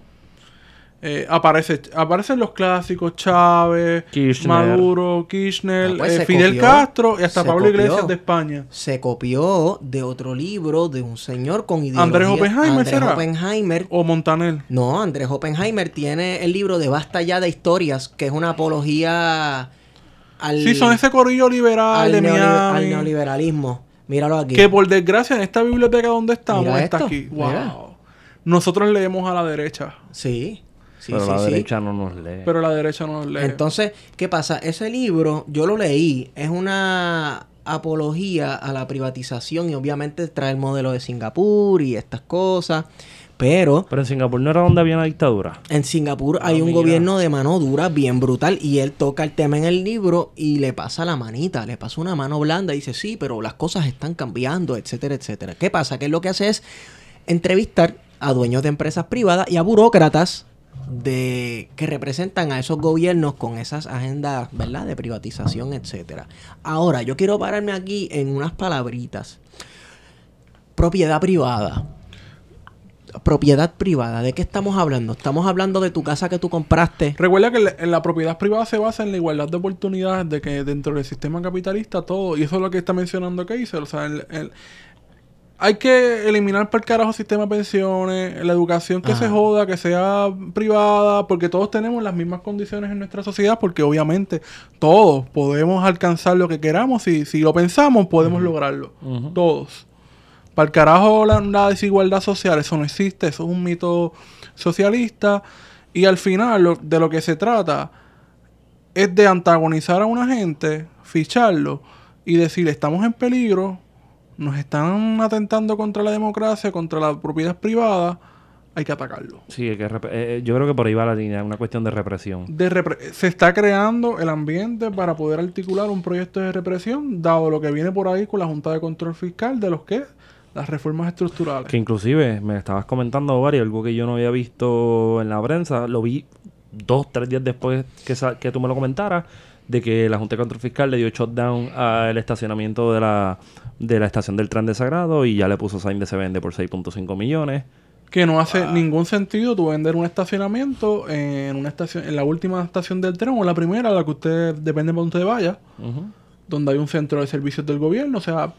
Eh, aparece, aparecen los clásicos, Chávez,
Kirchner.
Maduro, Kirchner,
Ah, pues
eh,
se
Fidel
copió.
Castro y hasta
Se
Pablo
copió.
Iglesias de España.
Se copió de otro libro de un señor con ideología.
Andrés Oppenheimer,
Andrés
¿será?
Oppenheimer.
O Montaner.
No, Andrés Oppenheimer tiene el libro de Basta ya de historias, que es una apología al,
Sí, son ese corillo liberal
al,
de
neoliber- al
Miami.
neoliberalismo. Míralo aquí.
Que por desgracia en esta biblioteca donde estamos
Mira
está
esto,
aquí. Wow.
mira.
Nosotros leemos a la derecha,
Sí, sí,
Pero
sí,
la
sí.
derecha no nos lee.
pero la derecha no nos lee.
Entonces, ¿qué pasa? Ese libro, yo lo leí, es una apología a la privatización y obviamente trae el modelo de Singapur y estas cosas, pero
Pero en Singapur no era donde había una dictadura.
en Singapur hay
Ah,
un
mira.
gobierno de mano dura bien brutal y él toca el tema en el libro y le pasa la manita, le pasa una mano blanda y dice, sí, pero las cosas están cambiando, etcétera, etcétera. ¿Qué pasa? Que él lo que hace es entrevistar a dueños de empresas privadas y a burócratas de que representan a esos gobiernos con esas agendas, ¿verdad? De privatización, etcétera. Ahora, yo quiero pararme aquí en unas palabritas. Propiedad privada. Propiedad privada, ¿de qué estamos hablando? Estamos hablando de tu casa que tú compraste.
Recuerda que la, en la propiedad privada se basa en la igualdad de oportunidades de que dentro del sistema capitalista todo, y eso es lo que está mencionando Kaiser, o sea, el- el- hay que eliminar por el carajo el sistema de pensiones, la educación que
Ajá.
se joda, que sea privada, porque todos tenemos las mismas condiciones en nuestra sociedad, porque obviamente todos podemos alcanzar lo que queramos, si, si lo pensamos podemos lograrlo,
Ujú.
todos. Para el carajo la, la desigualdad social, eso no existe, eso es un mito socialista. Y al final lo- de lo que se trata es de antagonizar a una gente, ficharlo y decir estamos en peligro, nos están atentando contra la democracia, contra la propiedad privada, hay que atacarlo.
Sí, hay que rep- eh, eh, yo creo que por ahí va la línea, una cuestión de represión.
De repre- se está creando el ambiente para poder articular un proyecto de represión, dado lo que viene por ahí con la Junta de Control Fiscal de los que las reformas estructurales.
Que inclusive me estabas comentando, Vari, algo que yo no había visto en la prensa. Lo vi dos, tres días después que, sa- que tú me lo comentaras, de que la Junta de Control Fiscal le dio shutdown al estacionamiento de la, de la estación del tren de Sagrado y ya le puso sign de se vende por seis punto cinco millones.
Que no hace ningún sentido tú vender un estacionamiento en una estación, en la última estación del tren o en la primera, la que usted depende de donde usted vaya,
Ujú.
donde hay un centro de servicios del gobierno. O sea,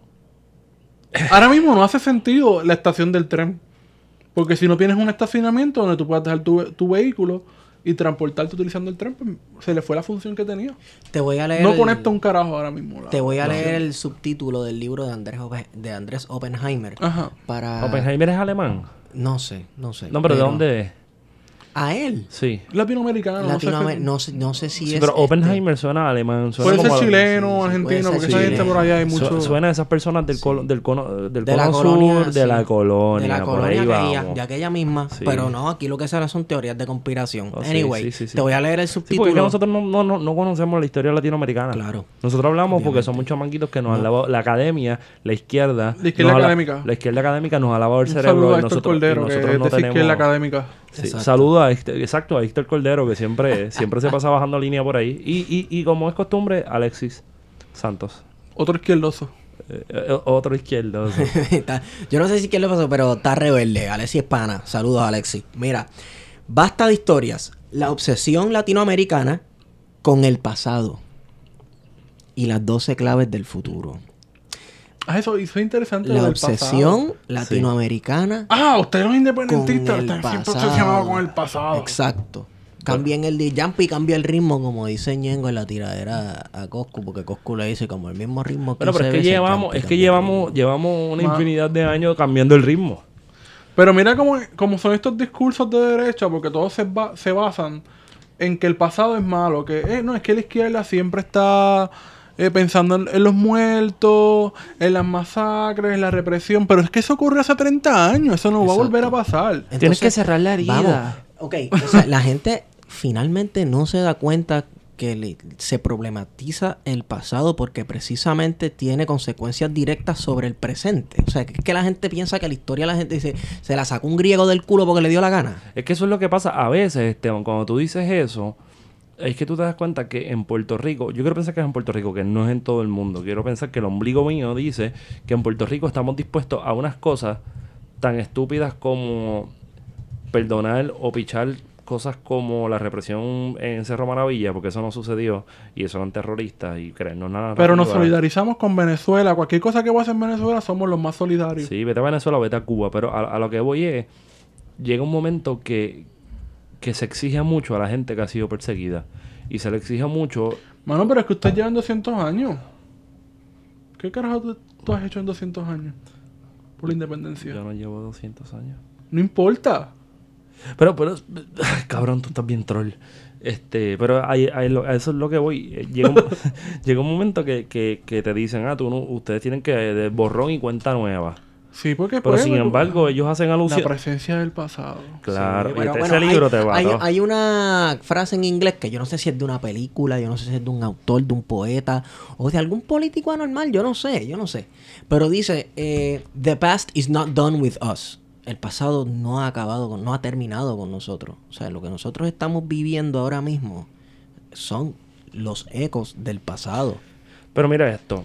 ahora mismo no hace sentido la estación del tren. Porque si no tienes un estacionamiento donde tú puedas dejar tu, tu vehículo y transportarte utilizando el tren, pues se le fue la función que tenía.
Te voy a leer.
No
el-
conecta un carajo ahora mismo. la-
Te voy a
la-
leer el subtítulo del libro de Andrés, Ope- de Andrés Oppenheimer.
Ajá.
Para.
¿Oppenheimer es alemán?
No sé, no sé.
No, pero ¿de dónde es?
a él.
Sí.
Latinoamericano,
Latinoamer-
no sé.
no, sé, no sé si
Sí,
es...
pero
este,
Oppenheimer suena alemán. Suena
Puede ser
como a-
chileno,
sí, sí,
argentino,
puede ser
porque esa gente
chileno.
por allá hay
Su-
mucho...
Suena a esas personas del,
Sí.
colo- del cono, del
de
cono
la colonia,
sur, de
sí.
la colonia.
de la
por
colonia
ahí
aquella,
vamos.
de aquella misma.
Sí.
Pero no, aquí lo que será son teorías de conspiración.
Oh, sí,
Anyway,
sí, sí, sí.
te voy a leer el
Sí, porque
subtítulo.
es que nosotros no, no, no, no conocemos la historia latinoamericana.
Claro.
Nosotros hablamos porque
Obviamente.
son muchos manguitos que nos han lavado... La academia, la izquierda...
La izquierda
nos ha la-
académica.
La izquierda académica nos ha lavado el
Un
cerebro
saludo a
y
Héctor
nosotros, y
Cordero, que
nosotros
es
no
de esa
tenemos...
izquierda académica.
Sí,
Exacto.
saludo a Héctor- exacto, a Héctor Cordero, que siempre, siempre se pasa bajando línea por ahí. Y, y, y como es costumbre, Alexis Santos.
Otro izquierdoso.
Eh, eh, otro izquierdo.
Está- Yo no sé si quién le pasó, pero está rebelde. Alexis Pana. Saludos, Alexis. Mira, basta de historias. La obsesión latinoamericana con el pasado y las doce claves del futuro.
Ah, eso, eso es interesante.
La
lo del
obsesión
pasado.
latinoamericana
Ah, ustedes los independentistas
con el
están siempre
pasado.
obsesionados con el pasado.
Exacto. Cambien el de jump y cambia el ritmo, como dice Ñengo en la tiradera a Coscu, porque Coscu le dice como el mismo ritmo que
Bueno, pero es que
veces,
llevamos,
jump y
es que
cambia el
llevamos,
ritmo.
llevamos una
Ma-
infinidad de años cambiando el ritmo.
Pero mira cómo, cómo son estos discursos de derecha, porque todos se, ba- se basan en que el pasado es malo. Que eh, no, es que la izquierda siempre está eh, pensando en, en los muertos, en las masacres, en la represión. Pero es que eso ocurrió hace treinta años. Eso no va a volver a pasar.
Entonces,
Tienes que cerrar la herida.
Vamos. Ok, o sea, la gente finalmente no se da cuenta que le- se problematiza el pasado porque precisamente tiene consecuencias directas sobre el presente. O sea, que es que la gente piensa que la historia la gente dice, se la sacó un griego del culo porque le dio la gana.
Es que eso es lo que pasa a veces, Esteban, cuando tú dices eso, es que tú te das cuenta que en Puerto Rico, yo quiero pensar que es en Puerto Rico, que no es en todo el mundo. Quiero pensar que el ombligo mío dice que en Puerto Rico estamos dispuestos a unas cosas tan estúpidas como perdonar o pichar cosas como la represión en Cerro Maravilla, porque eso no sucedió y eso eran terroristas y creernos nada.
Pero nos solidarizamos con Venezuela. Cualquier cosa que pase en Venezuela somos los más solidarios.
Sí, vete a Venezuela o vete a Cuba, pero a, a lo que voy es, llega un momento que, que se exige mucho a la gente que ha sido perseguida y se le exige mucho.
Mano, pero es que ustedes llevan doscientos años. ¿Qué carajo tú, tú has hecho en doscientos años? Por la independencia.
Yo no llevo doscientos años.
No importa.
Pero, pero, ay, cabrón, tú estás bien troll. Este, pero ahí- ahí lo- a eso es lo que voy. Eh, Llega un, llega un momento que, que, que te dicen, ah, tú no, ustedes tienen que de borrón y cuenta nueva.
Sí, porque
Pero
pues,
sin embargo, ellos hacen
la
alusión.
presencia del pasado.
Claro,
Sí,
y
bueno,
este-
bueno,
ese libro
hay,
te va.
hay,
¿no?
hay una frase en inglés que yo no sé si es de una película, yo no sé si es de un autor, de un poeta o de algún político anormal, yo no sé, yo no sé. Pero dice, eh, the past is not done with us. El pasado no ha acabado, con, no ha terminado con nosotros. O sea, lo que nosotros estamos viviendo ahora mismo son los ecos del pasado.
Pero mira esto.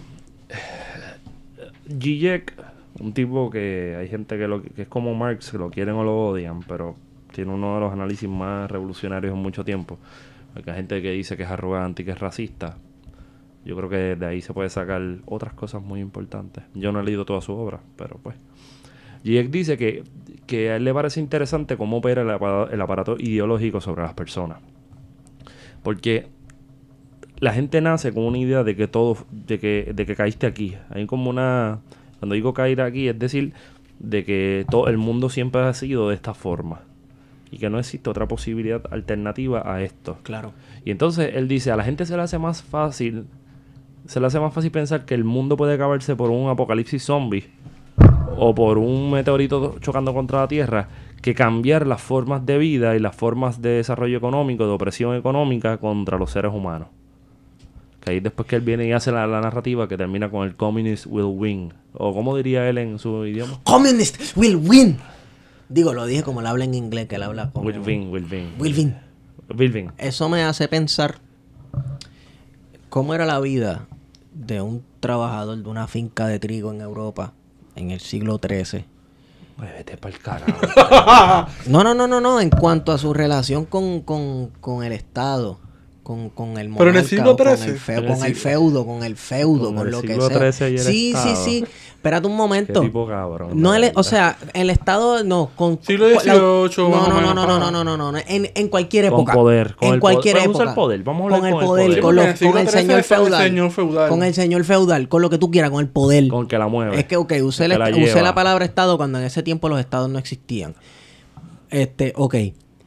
Zizek, un tipo que hay gente que, lo, que es como Marx, que lo quieren o lo odian, pero tiene uno de los análisis más revolucionarios en mucho tiempo. Porque hay gente que dice que es arrogante y que es racista. Yo creo que de ahí se puede sacar otras cosas muy importantes. Yo no he leído toda su obra, pero pues. Zizek dice que, que a él le parece interesante cómo opera el aparato, el aparato ideológico sobre las personas. Porque la gente nace con una idea de que todo, de que, de que caíste aquí. Hay como una, cuando digo caer aquí, es decir, de que todo el mundo siempre ha sido de esta forma. Y que no existe otra posibilidad alternativa a esto.
Claro.
Y entonces él dice, a la gente se le hace más fácil, se le hace más fácil pensar que el mundo puede acabarse por un apocalipsis zombie o por un meteorito chocando contra la Tierra, que cambiar las formas de vida y las formas de desarrollo económico, de opresión económica contra los seres humanos. Que ahí después que él viene y hace la, la narrativa que termina con el communist will win. O como diría él en su idioma.
Communist will win. Digo, lo dije como él habla en inglés, que él habla como...
Will win, will win.
Will win.
Will win.
Eso me hace pensar cómo era la vida de un trabajador de una finca de trigo en Europa en el siglo trece.
Ay, vete pa'l carajo.
No, no, no, no, no. En cuanto a su relación con, con, con el Estado, con, con el monarca,
Pero en el siglo
o con
trece.
el, fe-
En el
con el
siglo-
feudo, con el feudo,
Con
con,
el
lo que
siglo
sea.
trece y el
sí, sí,
Estado.
sí. Espérate un
Qué
momento.
tipo cabrón.
No
de
el, o
verdad.
sea, el Estado no con
Siglo
con la-
dieciocho,
no,
más o
no, no,
menos,
no, no,
para-
no, no, no, no, no, en, en cualquier
Con
época.
poder, con
en
el poder.
cualquier
Podemos
época.
usar poder, vamos a hablar
con el
con el
poder,
poder.
con,
Sí,
los-
porque en el siglo
con el
trece
señor
está el
feudal,
señor feudal.
con el señor feudal, con lo que tú quieras, con el poder.
Con que la mueve.
Es que, ok, usé,
Que
la,
la
usé
lleva.
la palabra Estado cuando en ese tiempo los Estados no existían. Este, ok.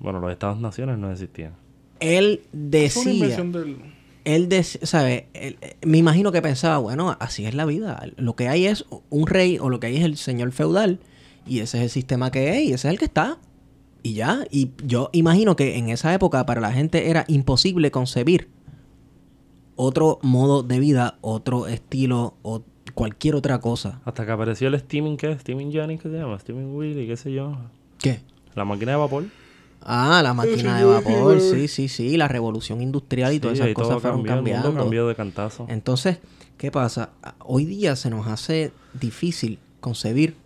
Bueno, los Estados-naciones no existían.
Él
Es una
decía...
invención del...
Él, dec- ¿sabe? Él- eh, me imagino que pensaba, bueno, así es la vida. Lo que hay es un rey o lo que hay es el señor feudal y ese es el sistema que es y ese es el que está. Y ya. Y yo imagino que en esa época para la gente era imposible concebir otro modo de vida, otro estilo o cualquier otra cosa.
Hasta que apareció el steaming, ¿qué? Steaming Johnny, ¿qué se llama? Steaming Willy, qué sé yo.
¿Qué?
La máquina de vapor.
Ah, la máquina de vapor, sí, sí, sí, la revolución industrial y
Sí,
todas esas
ahí todo
cosas fueron
cambió, el mundo
cambiando.
cambió de cantazo.
Entonces, ¿qué pasa? Hoy día se nos hace difícil concebir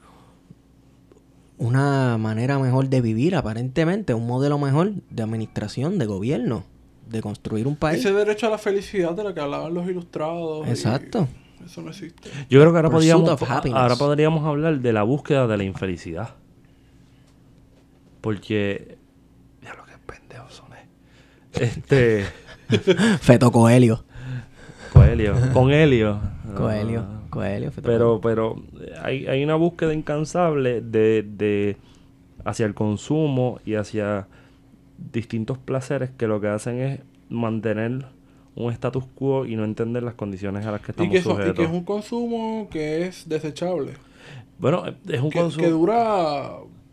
una manera mejor de vivir, aparentemente, un modelo mejor de administración, de gobierno, de construir un país.
Ese derecho a la felicidad de lo que hablaban los ilustrados. y
Exacto.
Eso no existe.
Yo creo que ahora
Pursuit
podríamos,
of happiness.
ahora podríamos hablar de la búsqueda de la infelicidad. Porque... Ya lo que pendejos son. eh. Este...
Feto Coelho.
Coelho. Con Helio.
Coelho.
Ah.
Coelho. Feto
Pero, pero hay, hay una búsqueda incansable de, de hacia el consumo y hacia distintos placeres que lo que hacen es mantener un status quo y no entender las condiciones a las que
Y
estamos
que, eso- y
sujetos.
que es un consumo que es desechable.
Bueno, es un
Que,
consumo...
que dura...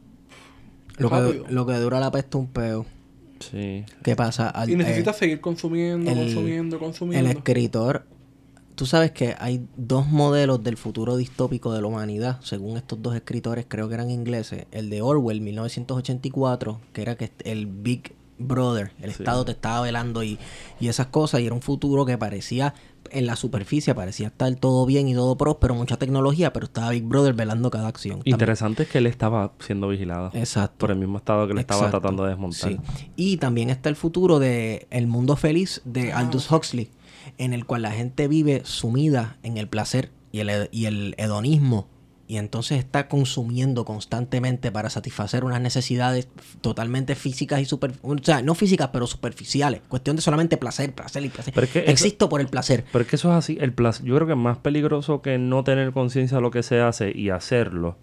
Lo que,
rápido.
lo que dura la peste un peo.
Sí.
¿Qué pasa? Al-
Y necesitas
eh,
seguir consumiendo,
el-
consumiendo,
el
consumiendo.
escritor, tú sabes que hay dos modelos del futuro distópico de la humanidad, según estos dos escritores, creo que eran ingleses. El de Orwell, mil novecientos ochenta y cuatro, que era que el Big Brother, el
Sí.
Estado te estaba velando y, y esas cosas, y era un futuro que parecía, en la superficie, parecía estar todo bien y todo próspero, mucha tecnología, pero estaba Big Brother velando cada acción. También-
Interesante es que él estaba siendo vigilado
Exacto.
por el mismo estado que le estaba
Exacto.
tratando de desmontar.
Sí. Y también está el futuro de El Mundo Feliz de
Ah.
Aldous Huxley, en el cual la gente vive sumida en el placer y el, hed- y el hedonismo, y entonces está consumiendo constantemente para satisfacer unas necesidades f- totalmente físicas y super, o sea, no físicas, pero superficiales. Cuestión de solamente placer, placer y placer.
Pero es que eso-
Existo por el placer.
Pero es que eso es así. El placer, yo creo que es más peligroso que no tener conciencia de lo que se hace y hacerlo.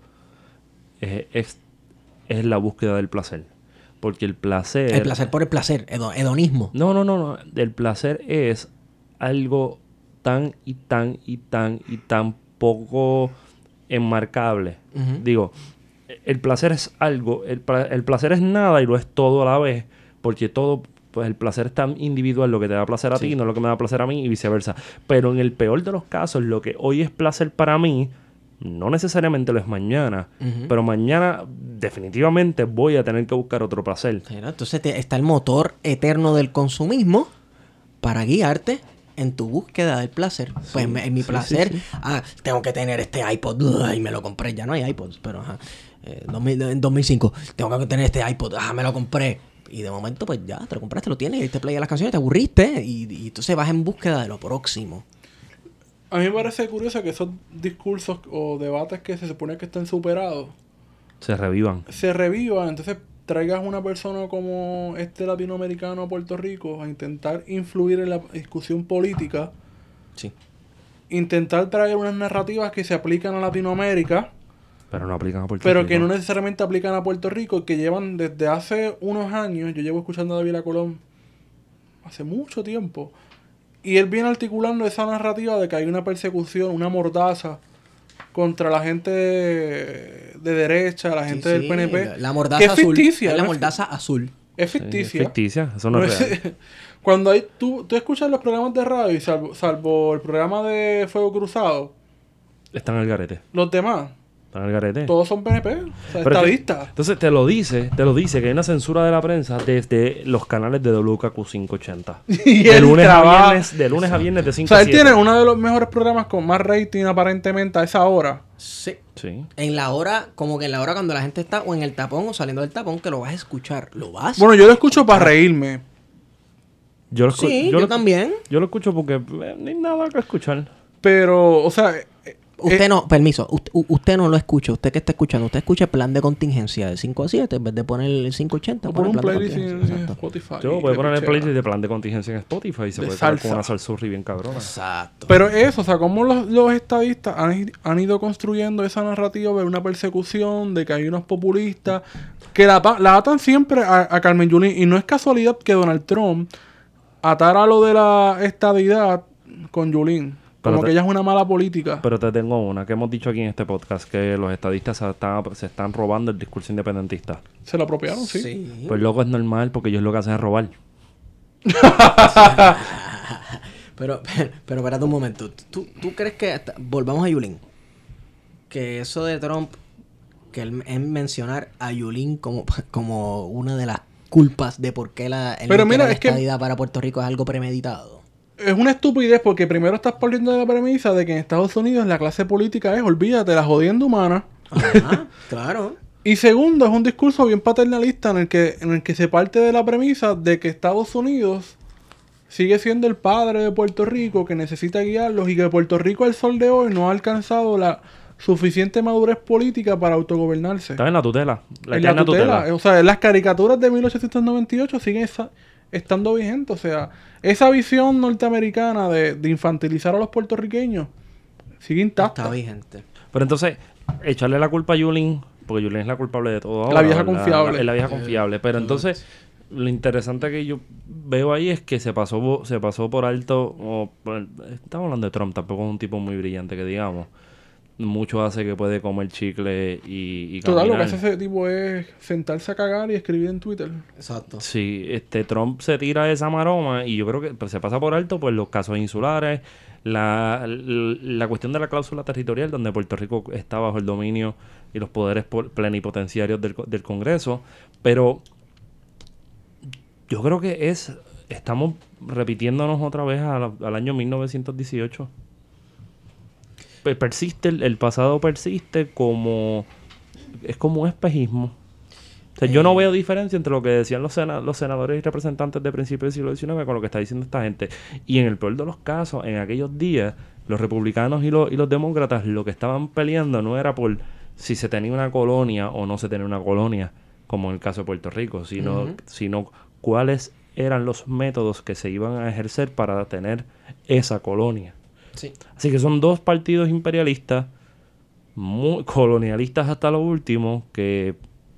Es, es, es la búsqueda del placer. Porque el placer...
El placer por el placer, hedo- hedonismo.
No, no, no, no. El placer es algo tan y tan y tan y tan poco enmarcable.
Ujú.
Digo, el placer es algo, el, pla- el placer es nada y lo es todo a la vez, porque todo, pues el placer es tan individual, lo que te da placer a
Sí.
ti no es lo que me da placer a mí y viceversa. Pero en el peor de los casos, lo que hoy es placer para mí, no necesariamente lo es mañana,
Ujú.
pero mañana definitivamente voy a tener que buscar otro placer.
Mira, entonces te- está el motor eterno del consumismo para guiarte en tu búsqueda del placer. Pues en, en mi
sí,
placer,
sí, sí.
ah, tengo que tener este iPod, ugh, y me lo compré. Ya no hay iPods, pero ajá. Eh, dos mil en dos mil cinco, tengo que tener este iPod, ah, me lo compré. Y de momento, pues ya, te lo compraste, lo tienes, y te play a las canciones, te aburriste, y, y entonces vas en búsqueda de lo próximo.
A mí me parece curioso que esos discursos o debates que se supone que están superados
Se revivan.
se revivan. Entonces traigas una persona como este latinoamericano a Puerto Rico a intentar influir en la discusión política,
Sí.
intentar traer unas narrativas que se aplican a Latinoamérica,
Pero no aplican a Puerto
pero
Rico.
que no necesariamente aplican a Puerto Rico, que llevan desde hace unos años. Yo llevo escuchando a David Colón hace mucho tiempo, y él viene articulando esa narrativa de que hay una persecución, una mordaza contra la gente de derecha, la gente
Sí,
del
sí,
P N P,
La, la mordaza
que es
azul.
ficticia,
Es la
¿no? Es
mordaza azul.
es
Sí,
ficticia.
es ficticia, eso no,
No
es
es-
real.
Cuando hay tú, tú escuchas los programas de radio, y salvo, salvo el programa de Fuego Cruzado,
Están al garete.
los demás,
Están al garete.
todos son P N P, o sea,
Pero es que-
estadistas.
entonces te lo dice, te lo dice que hay una censura de la prensa desde los canales de W K Q quinientos ochenta.
Y
de
él
lunes a
trabaja-
viernes, de lunes a viernes de
O
cinco
sea,
a
él
siete.
tiene uno de los mejores programas con más rating aparentemente a esa hora.
Sí.
Sí.
En la hora, como que en la hora cuando la gente está o en el tapón o saliendo del tapón, que lo vas a escuchar. ¿Lo vas?
Bueno, yo lo escucho para reírme.
Yo lo, escu-
sí,
yo
yo,
lo-
también.
yo lo escucho porque eh, no hay nada que escuchar.
Pero, o sea, eh,
Usted
Eh,
no, permiso, usted, usted no lo escucha. Usted que está escuchando, usted escucha el plan de contingencia de cinco a siete en vez de poner el cinco ochenta.
o por un
plan de
playlist en,
contingencia.
en
Exacto.
Spotify.
Yo
y
voy a
le
poner el
pichea.
playlist de plan de contingencia en Spotify y se
De
puede quedar con
salsa.
una salsurri bien cabrona.
Exacto.
Pero eso, o sea, cómo los, los estadistas han, han ido construyendo esa narrativa de una persecución, de que hay unos populistas, que la, pa- la atan siempre a, a Carmen Yulín. Y no es casualidad que Donald Trump atara lo de la estadidad con Yulín.
Pero
Como
te-
que ella es una mala política.
Pero te tengo una que hemos dicho aquí en este podcast, que los estadistas se están, se están robando el discurso independentista.
Se lo apropiaron, sí.
Sí.
Pues loco, es normal porque ellos lo que hacen es robar.
Pero, pero, pero espérate un momento. ¿Tú, tú crees que... hasta- volvamos a Yulín. Que eso de Trump, que él es mencionar a Yulín como, como una de las culpas de por qué la, él
Pero
no
mira,
quiere la
es que-
estadidad para Puerto Rico es algo premeditado.
Es una estupidez porque primero estás partiendo de la premisa de que en Estados Unidos la clase política es, olvídate, la jodienda humana.
Ajá, claro.
Y segundo, es un discurso bien paternalista en el que en el que se parte de la premisa de que Estados Unidos sigue siendo el padre de Puerto Rico, que necesita guiarlos y que Puerto Rico al sol de hoy no ha alcanzado la suficiente madurez política para autogobernarse.
Está en la tutela. La
En la
eterna
tutela.
tutela.
O sea, las caricaturas de mil ochocientos noventa y ocho siguen esa- estando vigentes. O sea, esa visión norteamericana de, de infantilizar a los puertorriqueños sigue intacta.
Está vigente.
Pero entonces, echarle la culpa a Yulín, porque Yulín es la culpable de todo ahora.
La vieja
¿verdad?
confiable.
La, es la vieja confiable. Pero entonces, lo interesante que yo veo ahí es que se pasó bo- se pasó por alto. O, por- estamos hablando de Trump, tampoco es un tipo muy brillante que digamos. Mucho hace que puede comer chicle y, y
Total, lo que
caminar.
hace ese tipo es sentarse a cagar y escribir en Twitter.
Exacto.
Sí, este Trump se tira esa maroma y yo creo que pues, se pasa por alto pues los casos insulares, la, la, la cuestión de la cláusula territorial donde Puerto Rico está bajo el dominio y los poderes po- plenipotenciarios del, co- del Congreso, pero yo creo que es estamos repitiéndonos otra vez a la- al año mil novecientos dieciocho. Pe- Persiste, el, el pasado persiste como es como un espejismo. O sea, yo no veo diferencia entre lo que decían los, sena- los senadores y representantes de principios del siglo diecinueve con lo que está diciendo esta gente. Y en el peor de los casos, en aquellos días, los republicanos y, los y los demócratas lo que estaban peleando no era por si se tenía una colonia o no se tenía una colonia, como en el caso de Puerto Rico, sino,
Ujú.
sino cuáles eran los métodos que se iban a ejercer para tener esa colonia.
Sí.
Así que son dos partidos imperialistas, muy colonialistas hasta lo último, que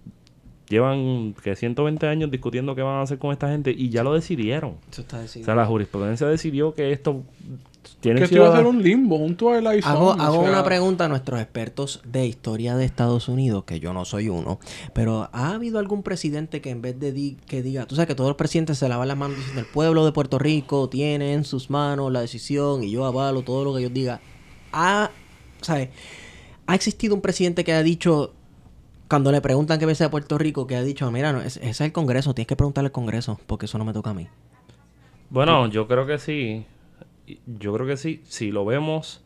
llevan que ciento veinte años discutiendo qué van a hacer con esta gente y ya lo decidieron.
Eso está
O
decidido.
sea, la jurisprudencia decidió que esto tiene
Que esto iba a ser
ciudad-
un limbo, un Twilight Zone.
Hago,
o
hago
sea,
una pregunta a nuestros expertos de historia de Estados Unidos, que yo no soy uno, pero ¿ha habido algún presidente que en vez de di- que diga, tú sabes que todos los presidentes se lavan las manos diciendo el pueblo de Puerto Rico tiene en sus manos la decisión y yo avalo todo lo que ellos digan? ¿Ha, ¿sabes? ¿Ha existido un presidente que ha dicho, cuando le preguntan qué piensa de Puerto Rico, que ha dicho, mira, no, ese ese es el Congreso, tienes que preguntarle al Congreso, porque eso no me toca a mí?
Bueno, yo creo que sí. Yo creo que sí. Si lo vemos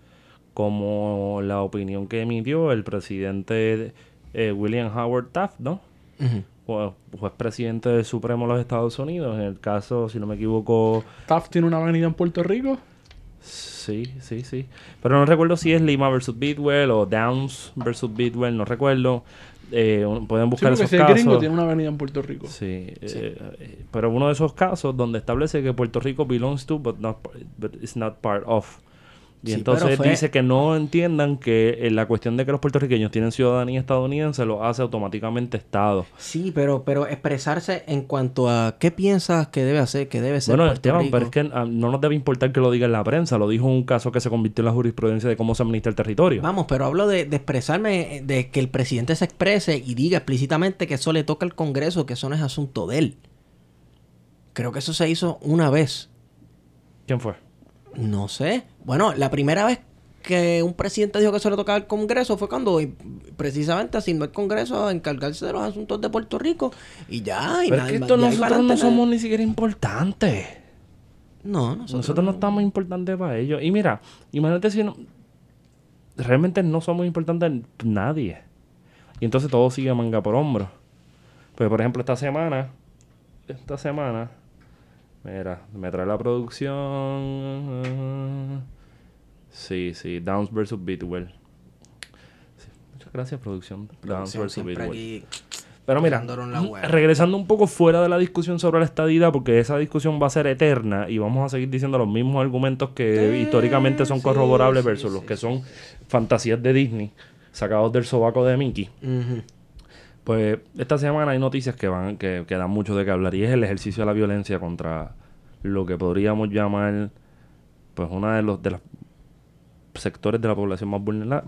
como la opinión que emitió el presidente eh, William Howard Taft, ¿no?
Ujú.
Juez, juez presidente del Supremo de los Estados Unidos. En el caso, si no me equivoco,
Taft tiene una avenida en Puerto Rico.
sí, sí, sí. Pero no recuerdo si es Lima versus Bidwell o Downs versus Bidwell, no recuerdo. Eh, un- pueden
Sí,
buscar
porque
esos
si el gringo
casos.
tiene una avenida en Puerto Rico.
Sí, eh, eh, pero uno de esos casos donde establece que Puerto Rico belongs to, but not, but is not part of. Y
Sí,
entonces
pero fue-
dice que no entiendan que eh, la cuestión de que los puertorriqueños tienen ciudadanía estadounidense lo hace automáticamente Estado.
Sí, pero, pero expresarse en cuanto a qué piensas que debe hacer, que debe ser
Bueno,
Puerto
Esteban,
Rico.
pero es que ah, no nos debe importar que lo diga en la prensa. Lo dijo en un caso que se convirtió en la jurisprudencia de cómo se administra el territorio.
Vamos, pero hablo de, de expresarme, eh, de que el presidente se exprese y diga explícitamente que eso le toca al Congreso, que eso no es asunto de él. Creo que eso se hizo una vez.
¿Quién fue?
No sé. Bueno, la primera vez que un presidente dijo que eso le tocaba al Congreso fue cuando y, precisamente asignó al Congreso a encargarse de los asuntos de Puerto Rico. Y ya, y
Pero es
nada-
que esto
de ahí para
nosotros no
adelante
somos ni siquiera importantes.
No, nosotros,
Nosotros no estamos importantes para ellos. Y mira, imagínate si no... Realmente no somos importantes nadie. Y entonces todo sigue manga por hombro. Pues por ejemplo esta semana... Esta semana... Mira, me trae la producción... Sí, sí, Downs versus Bidwell. Muchas gracias, producción.
Producción
Dance
siempre
versus Billboard.
aquí
Pero mira,
dándonos la buena.
regresando un poco fuera de la discusión sobre la estadidad, porque esa discusión va a ser eterna y vamos a seguir diciendo los mismos argumentos que
Sí,
históricamente son
sí,
corroborables
sí,
versus
sí,
los que
sí.
son fantasías de Disney, sacados del sobaco de Mickey.
Ujú.
Pues esta semana hay noticias que van que, que dan mucho de qué hablar y es el ejercicio de la violencia contra lo que podríamos llamar pues una de los de los sectores de la población más vulnerable.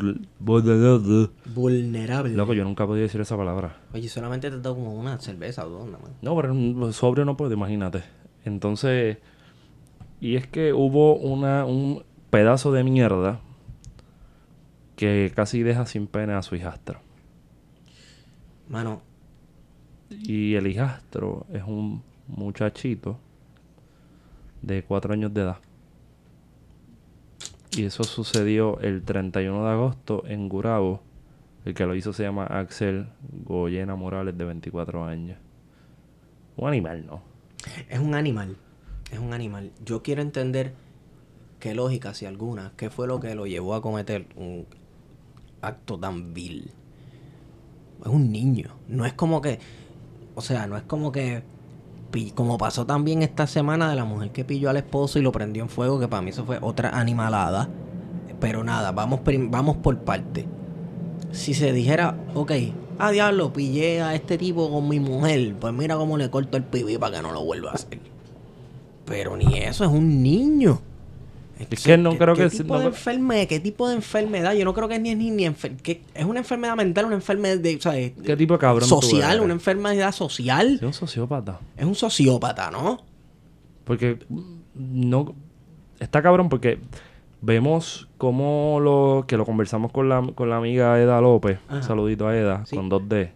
Vulnerable.
Loco, yo nunca podía decir esa palabra.
Oye, solamente te he dado como una cerveza o dos, nada más.
No, pero mm, sobrio no puedo, imagínate. Entonces, y es que hubo una un pedazo de mierda que casi deja sin pena a su hijastro.
Mano,
Y el hijastro es un muchachito de cuatro años de edad. Y eso sucedió el treinta y uno de agosto en Gurabo. El que lo hizo se llama Axel Goyena Morales, de veinticuatro años. Un animal, ¿no?
es un animal. Es un animal. Yo quiero entender qué lógica, si alguna, qué fue lo que lo llevó a cometer un acto tan vil. Es un niño. No es como que... O sea, no es como que... pi- Como pasó también esta semana de la mujer que pilló al esposo y lo prendió en fuego, que para mí eso fue otra animalada. Pero nada, vamos, prim- vamos por parte. Si se dijera, ok, ah, diablo, pillé a este tipo con mi mujer, pues mira cómo le corto el pibí para que no lo vuelva a hacer. Pero ni eso, es un niño.
Es que no
¿Qué-
creo
qué
que...
tipo
no
de
creo-
enfermedad? ¿Qué tipo de enfermedad? Yo no creo que es ni, ni, ni enfer- que es una enfermedad mental, una enfermedad de, o sea, de-
¿Qué tipo de cabrón tú
social,
eres?
una enfermedad social.
Es un sociópata.
Es un sociópata, ¿no?
Porque mm, no... Está cabrón porque vemos cómo lo... Que lo conversamos con la, con la amiga Eda López.
Ajá.
Un saludito a Eda,
Sí.
con dos D.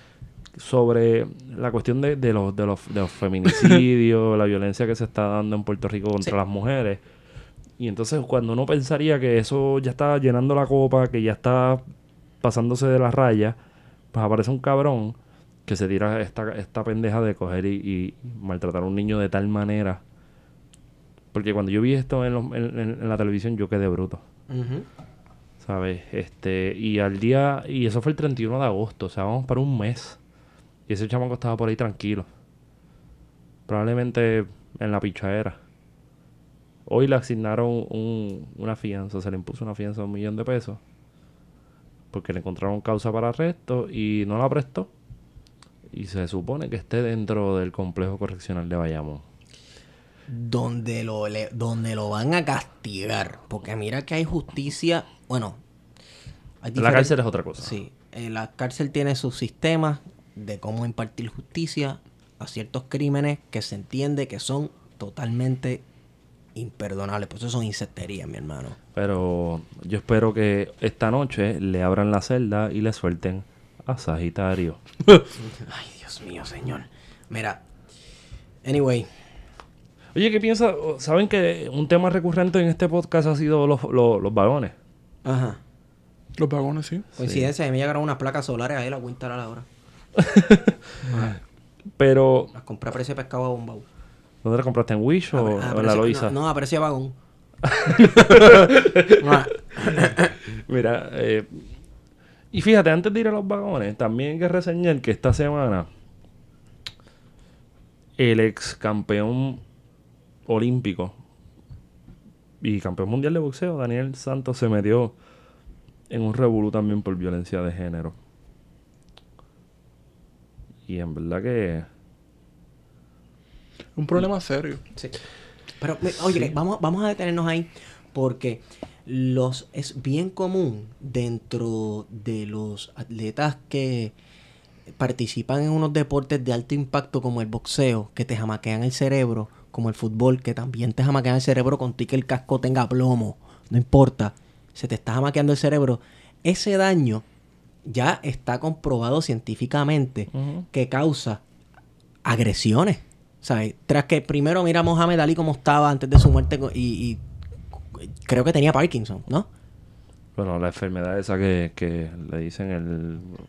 Sobre la cuestión de, de, los, de, los, de los feminicidios, la violencia que se está dando en Puerto Rico contra
Sí.
las mujeres. Y entonces cuando uno pensaría que eso ya está llenando la copa, que ya está pasándose de la raya, pues aparece un cabrón que se tira esta, esta pendeja de coger y, y maltratar a un niño de tal manera. Porque cuando yo vi esto en, los- en- en- en la televisión, yo quedé bruto.
Ujú.
¿Sabes? Este, y al día... Y eso fue el treinta y uno de agosto. O sea, vamos para un mes. Y ese chamaco estaba por ahí tranquilo. Probablemente en la pichadera. Hoy le asignaron un, una fianza. Se le impuso una fianza de un millón de pesos. Porque le encontraron causa para arresto y no la prestó. Y se supone que esté dentro del complejo correccional de Bayamón.
Donde lo, le- donde lo van a castigar. Porque mira que hay justicia. Bueno, hay
La
diferentes-
cárcel es otra cosa.
Sí, eh, la cárcel tiene sus sistemas de cómo impartir justicia a ciertos crímenes que se entiende que son totalmente imperdonables. Por eso son insecterías, mi hermano.
Pero yo espero que esta noche le abran la celda y le suelten a Sagitario.
Ay, Dios mío, señor. Mira, anyway,
Oye, ¿qué piensas? ¿Saben que un tema recurrente en este podcast ha sido los, los, los vagones?
ajá.
Los vagones, sí.
Coincidencia, a mí me llegaron unas placas solares ahí, las voy a instalar ahora.
Pero,
Las compré a precio de pescado a bombao.
¿dónde la compraste? ¿En Wish o,
A- a
o en la
precio-
Loiza?
No, no, a precio de vagón.
Mira, eh, y fíjate, antes de ir a los vagones, también hay que reseñar que esta semana el ex campeón olímpico y campeón mundial de boxeo, Daniel Santos, se metió en un revolú también por violencia de género. Y en verdad que...
Un problema serio.
Sí. Pero, me- oye,
Sí.
vamos, vamos a detenernos ahí porque los es bien común dentro de los atletas que participan en unos deportes de alto impacto como el boxeo, que te jamaquean el cerebro, como el fútbol, que también te jamaquean el cerebro con ti que el casco tenga plomo, no importa, se te está jamaqueando el cerebro. Ese daño ya está comprobado científicamente
Ujú.
que causa agresiones. ¿Sabes? Tras que primero mira a Mohamed Ali como estaba antes de su muerte co- y, y creo que tenía Parkinson, ¿no?
Bueno, la enfermedad esa que, que le dicen el...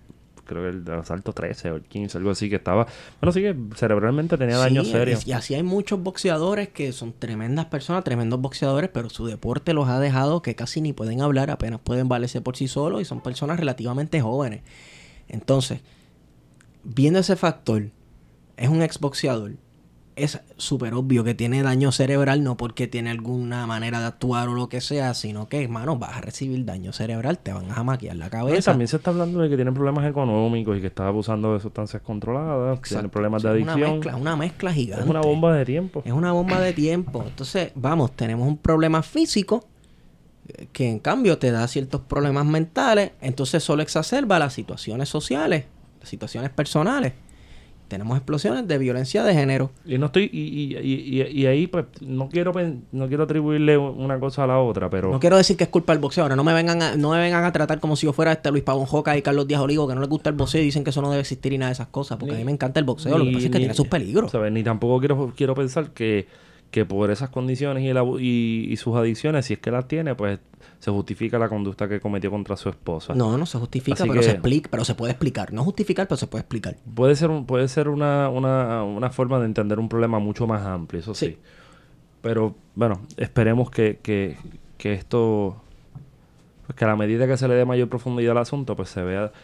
creo que el de asalto trece o el quince, algo así, que estaba... Bueno, sí que cerebralmente tenía daños
Sí,
serios.
es- y así hay muchos boxeadores que son tremendas personas, tremendos boxeadores, pero su deporte los ha dejado que casi ni pueden hablar, apenas pueden valerse por sí solos y son personas relativamente jóvenes. Entonces, viendo ese factor, es un exboxeador. Es súper obvio que tiene daño cerebral, no porque tiene alguna manera de actuar o lo que sea, sino que, hermano, vas a recibir daño cerebral, te van a maquiar la
No, y
cabeza.
también se está hablando de que tiene problemas económicos y que está abusando de sustancias controladas, tiene
Exacto.
problemas de
Es una
adicción.
mezcla, una mezcla gigante.
Es una bomba de tiempo.
Es una bomba de tiempo. Entonces, vamos, tenemos un problema físico eh, que en cambio te da ciertos problemas mentales. Entonces solo exacerba las situaciones sociales, las situaciones personales. Tenemos explosiones de violencia de género.
Y no estoy... Y, y, y, y- y ahí, pues, no quiero pen- no quiero atribuirle una cosa a la otra, pero...
No quiero decir que es culpa del boxeo. Ahora no me vengan a, no me vengan a tratar como si yo fuera este Luis Pavón Joca y Carlos Díaz Olivo, que no les gusta el boxeo y dicen que eso no debe existir y nada de esas cosas. Porque
Ni-
a mí me encanta el boxeo. Lo que
Ni-
pasa es que
ni-
tiene sus peligros.
¿sabes? Ni tampoco quiero, quiero pensar que, que por esas condiciones y, el abu- y, y sus adicciones, si es que las tiene, pues se justifica la conducta que cometió contra su esposa.
No, no se justifica,
Así
pero
que-
se explica, pero se puede explicar. No justificar, pero se puede explicar.
Puede ser, un- puede ser una, una, una forma de entender un problema mucho más amplio, eso sí.
Sí.
Pero, bueno, esperemos que, que, que esto... Pues que a la medida que se le dé mayor profundidad al asunto, pues se vea...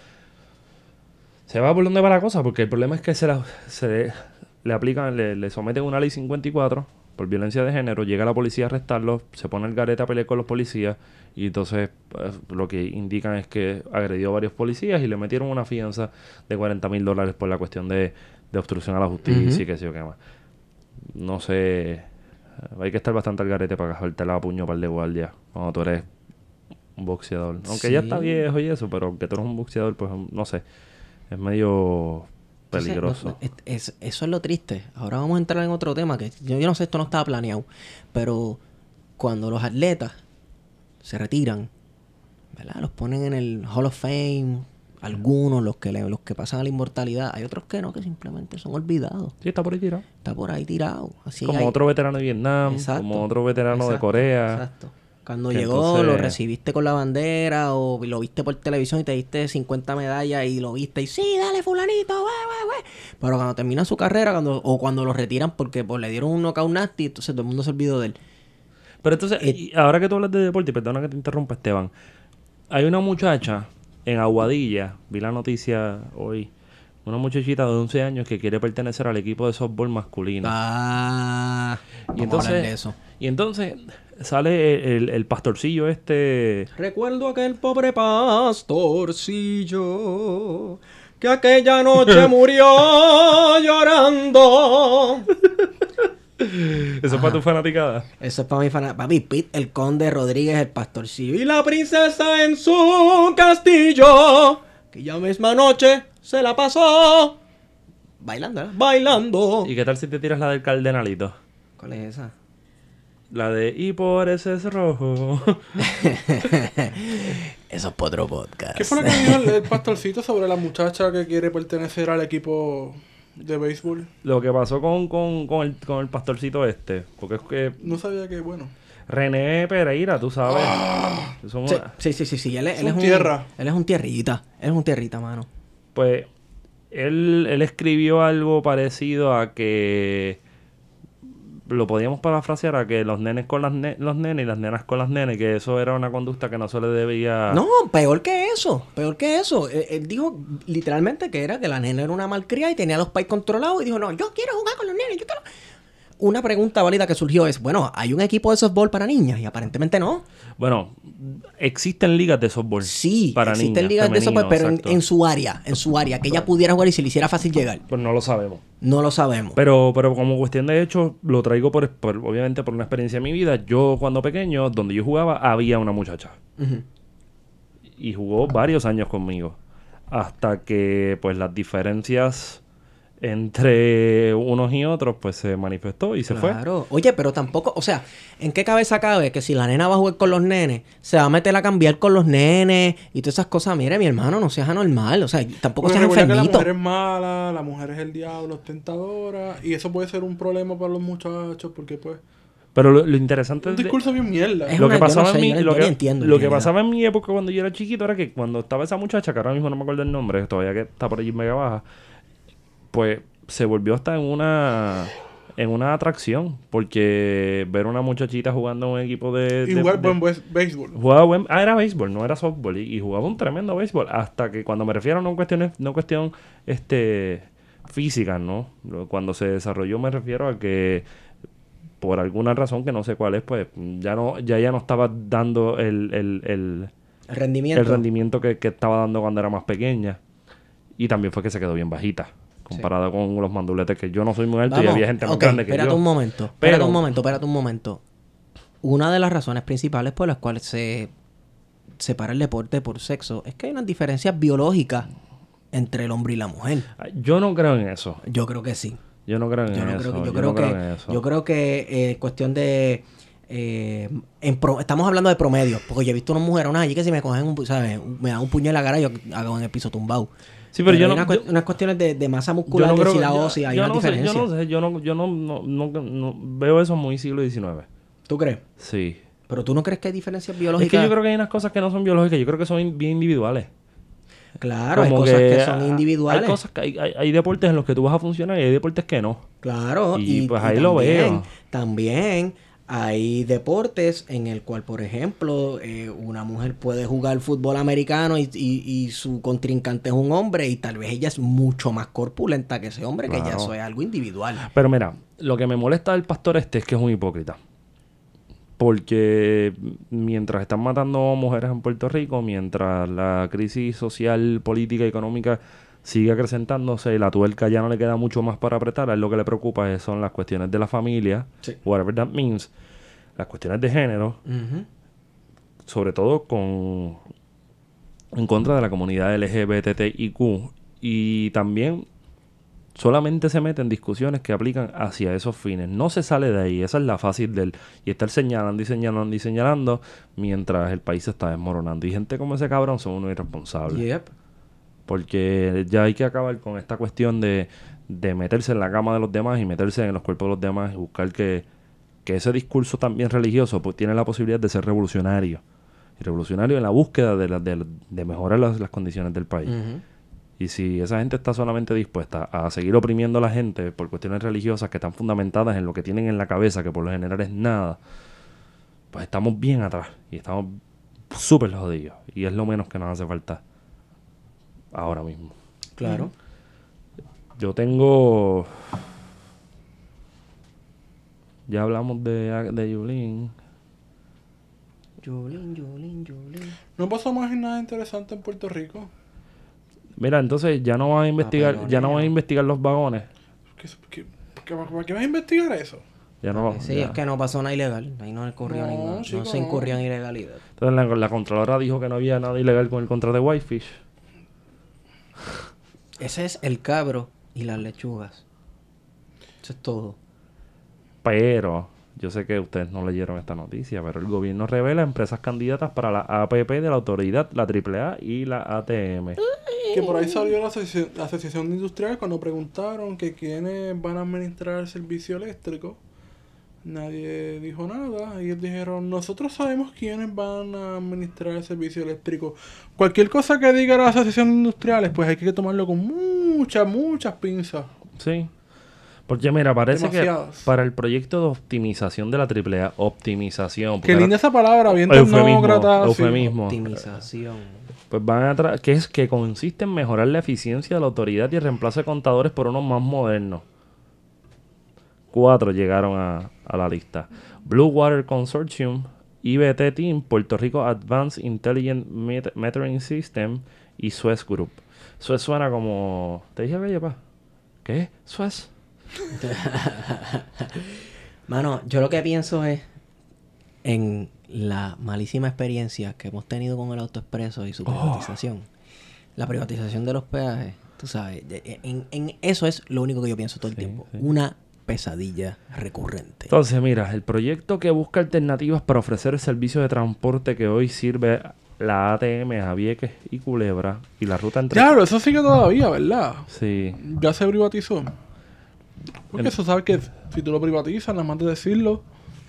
Se va por donde va la cosa, porque el problema es que se, la, se le aplican, le, le someten una ley cincuenta y cuatro por violencia de género, llega la policía a arrestarlo, se pone el garete a pelear con los policías y entonces pues, lo que indican es que agredió a varios policías y le metieron una fianza de cuarenta mil dólares por la cuestión de, de obstrucción a la justicia
Ujú.
y qué sé yo qué más. No sé, hay que estar bastante al garete para cogerte la puño par de guardia cuando tú eres un boxeador. Aunque ya
Sí.
está viejo y eso, pero aunque tú eres un boxeador, pues no sé, es medio
Entonces,
peligroso.
no- es- es- eso es lo triste. Ahora vamos a entrar en otro tema que yo, yo no sé, esto no estaba planeado, pero cuando los atletas se retiran, ¿verdad? Los ponen en el Hall of Fame, algunos, los que le- los que pasan a la inmortalidad, hay otros que no, que simplemente son olvidados.
Sí, está por ahí tirado.
Está por ahí tirado. Así
Como
hay-
otro veterano de Vietnam,
Exacto.
como otro veterano de
Exacto,
Corea.
Exacto. Cuando
Que
llegó,
entonces-
lo recibiste con la bandera o lo viste por televisión y te diste cincuenta medallas y lo viste y sí, dale fulanito, güey, güey, güey. Pero cuando termina su carrera cuando o cuando lo retiran porque pues, le dieron un knockout nasty, entonces todo el mundo se olvidó de él.
Pero entonces,
Eh,
y ahora que tú hablas de deporte, y perdona que te interrumpa, Esteban. Hay una muchacha en Aguadilla, vi la noticia hoy, una muchachita de once años que quiere pertenecer al equipo de softball masculino.
Ah,
y
vamos a
entonces,
hablar de eso.
y entonces sale el, el- el pastorcillo este.
Recuerdo aquel pobre pastorcillo que aquella noche murió llorando.
Eso es para tu fanaticada.
Eso es para mi fan. Papi, Pete, el conde Rodríguez, el pastorcillo. Y la princesa en su castillo. Que ya misma noche se la pasó. Bailando, ¿eh? Bailando.
¿Y qué tal si te tiras la del cardenalito?
¿Cuál es esa?
La de y por ese es rojo.
Eso es para otro podcast.
¿Qué fue lo que dijo el, el pastorcito sobre la muchacha que quiere pertenecer al equipo de béisbol?
Lo que pasó con, con, con, el, con el pastorcito este. Porque es que
No sabía que, bueno.
René Pereira, tú sabes. Son
Sí,
una-
sí, sí, sí, sí. Él, es-
Es
él es
un
un
tierra.
Él es un tierrita. Él es un tierrita, mano.
Pues él, él escribió algo parecido a que lo podíamos parafrasear a que los nenes con las ne- los nenes y las nenas con las nenes, que eso era una conducta que no se le debía.
No, peor que eso, peor que eso. Él, él dijo literalmente que era que la nena era una malcria y tenía a los pais controlados y dijo, no, yo quiero jugar con los nenes, yo quiero... Una pregunta válida que surgió es, bueno, ¿hay un equipo de softball para niñas? Y aparentemente no.
Bueno, existen ligas de softball.
Sí,
para
existen
niñas,
ligas de
femenino,
softball, pero en,
exacto.
en su área, en su área, que ella pudiera jugar y se le hiciera fácil llegar.
Pues no lo sabemos.
No lo sabemos.
Pero, pero como cuestión de hecho, lo traigo por, por- obviamente por una experiencia de mi vida. Yo cuando pequeño, donde yo jugaba, había una muchacha.
Ujú.
Y jugó varios años conmigo. Hasta que pues las diferencias entre unos y otros pues se manifestó y se fue.
Claro. Oye, pero tampoco, o sea, ¿en qué cabeza cabe que si la nena va a jugar con los nenes, se va a meter a cambiar con los nenes y todas esas cosas? Mire, mi hermano, no seas anormal, o sea, tampoco
Porque
seas
recuerda que la
enfermito.
mujer es mala, la mujer es el diablo, es tentadora. Y eso puede ser un problema para los muchachos porque pues...
Pero lo, lo interesante
Un
de-
discurso bien mierda.
Es
lo
una-
que
yo
pasaba
no sé,
en mi,
yo no-
lo
yo
que,
no entiendo en
lo que
realidad.
pasaba en mi época cuando yo era chiquito era que cuando estaba esa muchacha, que ahora mismo no me acuerdo el nombre, todavía que está por allí en Mega Baja, pues se volvió hasta en una en una atracción, porque ver una muchachita jugando en un equipo de, de-
Igual
de-
buen buen béisbol.
jugaba buen, ah, era béisbol, no era softball, y, y jugaba un tremendo béisbol, hasta que cuando me refiero a no cuestiones, no cuestión este física, ¿no? Lo- Cuando se desarrolló me refiero a que por alguna razón que no sé cuál es, pues ya no, ya ya no estaba dando el, el, el,
El rendimiento.
el rendimiento que, que estaba dando cuando era más pequeña. Y también fue que se quedó bien bajita, comparada con los manduletes, que yo no soy muy alto y
Vamos,
había gente más
ok,
grande que
espérate
yo.
un momento. Espérate
Pero-
un momento, espérate un momento. Una de las razones principales por las cuales se separa el deporte por sexo es que hay unas diferencias biológicas entre el hombre y la mujer.
Yo no creo en eso.
Yo creo que sí.
Yo no creo en
Yo no
eso.
creo que, yo
yo
creo
no creo
que,
en eso.
yo creo que eh, cuestión de eh, en pro- estamos hablando de promedio, porque yo he visto unas mujeres allí que si me cogen un, pu- ¿sabes? me dan un puño en la cara y yo hago en el piso tumbado.
Sí, pero yo
hay
no-
una cue-
yo-
unas cuestiones de, de masa
Yo
muscular
no
y
creo
si la
yo-
ósea, hay
yo
una
no sé,
diferencia.
yo no sé, yo no, yo no, no, no, no veo eso muy siglo diecinueve.
¿Tú crees?
Sí.
Pero tú no crees que hay diferencias
Es
biológicas.
que yo creo que hay unas cosas que no son biológicas, yo creo que son in- bien individuales.
Claro, hay
Como
cosas que,
que
son
hay-
individuales.
Hay cosas que hay, hay, hay deportes en los que tú vas a funcionar y hay deportes que no.
Claro,
Y,
y,
pues,
y
ahí lo
también,
veo.
También hay deportes en el cual, por ejemplo, eh, una mujer puede jugar fútbol americano y, y- y su contrincante es un hombre y tal vez ella es mucho más corpulenta que ese hombre, que ya
Claro.
eso es algo individual.
Pero mira, lo que me molesta del pastor este es que es un hipócrita. Porque mientras están matando mujeres en Puerto Rico, mientras la crisis social, política y económica sigue acrecentándose y la tuerca ya no le queda mucho más para apretar, a él lo que le preocupa es- son las cuestiones de la familia,
Sí.
whatever that means, las cuestiones de género,
Ujú.
sobre todo con en contra de la comunidad L G B T I Q, y también solamente se mete en discusiones que aplican hacia esos fines. No se sale de ahí. Esa es la fácil del... Y estar señalando y señalando y señalando mientras el país se está desmoronando. Y gente como ese cabrón son unos irresponsables.
Yep.
Porque ya hay que acabar con esta cuestión de, de meterse en la cama de los demás y meterse en los cuerpos de los demás y buscar que, que ese discurso también religioso pues tiene la posibilidad de ser revolucionario. Y revolucionario en la búsqueda de, la- de, de mejorar las, las condiciones del país.
Ujú.
Y si esa gente está solamente dispuesta a seguir oprimiendo a la gente por cuestiones religiosas que están fundamentadas en lo que tienen en la cabeza, que por lo general es nada, pues estamos bien atrás y estamos súper jodidos. Y es lo menos que nos hace falta ahora mismo.
Claro.
Yo tengo... Ya hablamos de, de Yulín.
Yulín, Yulín, Yulín.
No pasó más nada interesante en Puerto Rico.
Mira, entonces ya no van a investigar, ya no van a
Papelonero.
investigar los vagones.
¿Qué, qué, qué- ¿Para qué vas a investigar eso?
Ya no,
Sí,
ya.
es que no pasó nada ilegal. Ahí no ocurrió
No,
ningún-
chico,
no se
no.
incurrió en ilegalidad.
Entonces la, la Contralora dijo que no había nada ilegal con el contrato de Whitefish.
Ese es el cabro y las lechugas. Eso es todo.
Pero yo sé que ustedes no leyeron esta noticia, pero el gobierno revela empresas candidatas para la A P P de la autoridad, la triple A y la A T M.
Que por ahí salió la, asoci- la Asociación de Industriales cuando preguntaron que quiénes van a administrar el servicio eléctrico. Nadie dijo nada. Ellos dijeron, nosotros sabemos quiénes van a administrar el servicio eléctrico. Cualquier cosa que diga la Asociación de Industriales, pues hay que tomarlo con muchas, muchas pinzas.
Sí. Porque mira, parece
Demasiadas.
que para el proyecto de optimización de la triple A, optimización.
Qué
porque
linda esa palabra, bien
ahora- eufemismo,
tecnócrata. sí.
eufemismo.
Optimización.
Pues van a tra- que es que consiste en mejorar la eficiencia de la autoridad y el reemplazo de contadores por unos más modernos. Cuatro llegaron a, a la lista. Blue Water Consortium, I B T Team, Puerto Rico Advanced Intelligent Met- Metering System y Suez Group. Suez suena como... ¿Te dije aquello, pa? ¿Qué? ¿Suez?
Mano, yo lo que pienso es en la malísima experiencia que hemos tenido con el autoexpreso y su privatización. La privatización de los peajes, tú sabes, de- en, en eso es lo único que yo pienso todo el
Sí,
tiempo.
sí.
Una pesadilla recurrente.
Entonces, mira, el proyecto que busca alternativas para ofrecer el servicio de transporte que hoy sirve la A T M a Vieques y Culebra y la ruta entre...
Claro, eso sigue todavía, ¿verdad?
Sí.
Ya se privatizó. Porque
El-
eso sabes que si tú lo privatizas, nada más de decirlo,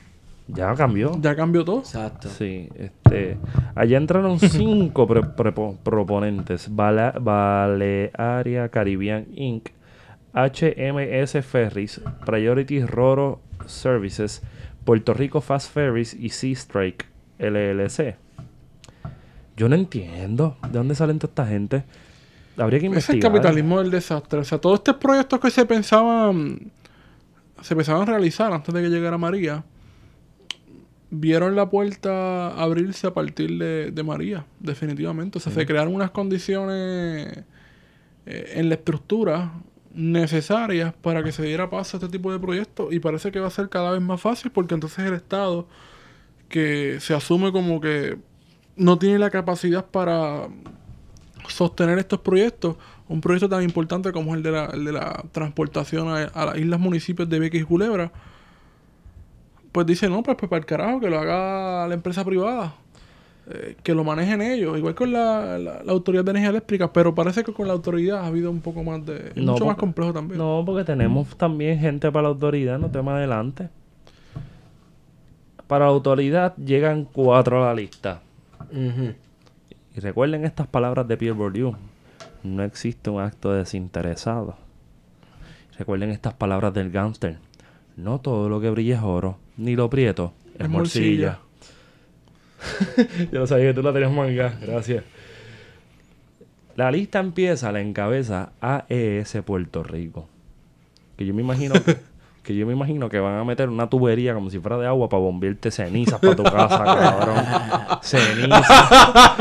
Ya cambió.
Ya cambió todo.
Exacto.
Sí, este, allá entraron cinco pre- prepo- proponentes: Bala- Balearia Caribbean incorporated, H M S Ferries, Priority Roro Services, Puerto Rico Fast Ferries y Sea Strike L L C. Yo no entiendo de dónde salen toda esta gente. Habría que
Ese es el
investigar.
capitalismo del desastre. O sea, todos estos proyectos que se pensaban se pensaban realizar antes de que llegara María, vieron la puerta abrirse a partir de, de María, definitivamente. O sea,
Sí.
se crearon unas condiciones eh, en la estructura necesarias para que se diera paso a este tipo de proyectos, y parece que va a ser cada vez más fácil porque entonces el Estado, que se asume como que no tiene la capacidad para sostener estos proyectos, un proyecto tan importante como el de la, el de la transportación a, a las islas municipios de Vieques y Culebra, pues dice, no, pues, pues para el carajo, que lo haga la empresa privada, eh, que lo manejen ellos, igual con la, la, la Autoridad de Energía Eléctrica, pero parece que con la autoridad ha habido un poco más de... Es
No,
mucho más
porque-
complejo también.
No, porque tenemos también gente para la autoridad, no te más adelante. Para la autoridad llegan cuatro a la lista.
Ujú.
Y recuerden estas palabras de Pierre Bourdieu. No existe un acto desinteresado. Recuerden estas palabras del gángster. No todo lo que brilla es oro, ni lo prieto es,
Es
morcilla. Yo no sabía que tú la tenías manga. Gracias. La lista empieza, la encabeza A E S Puerto Rico. Que yo me imagino que, que yo me imagino que van a meter una tubería como si fuera de agua para bombearte cenizas para tu casa, cabrón. Cenizas.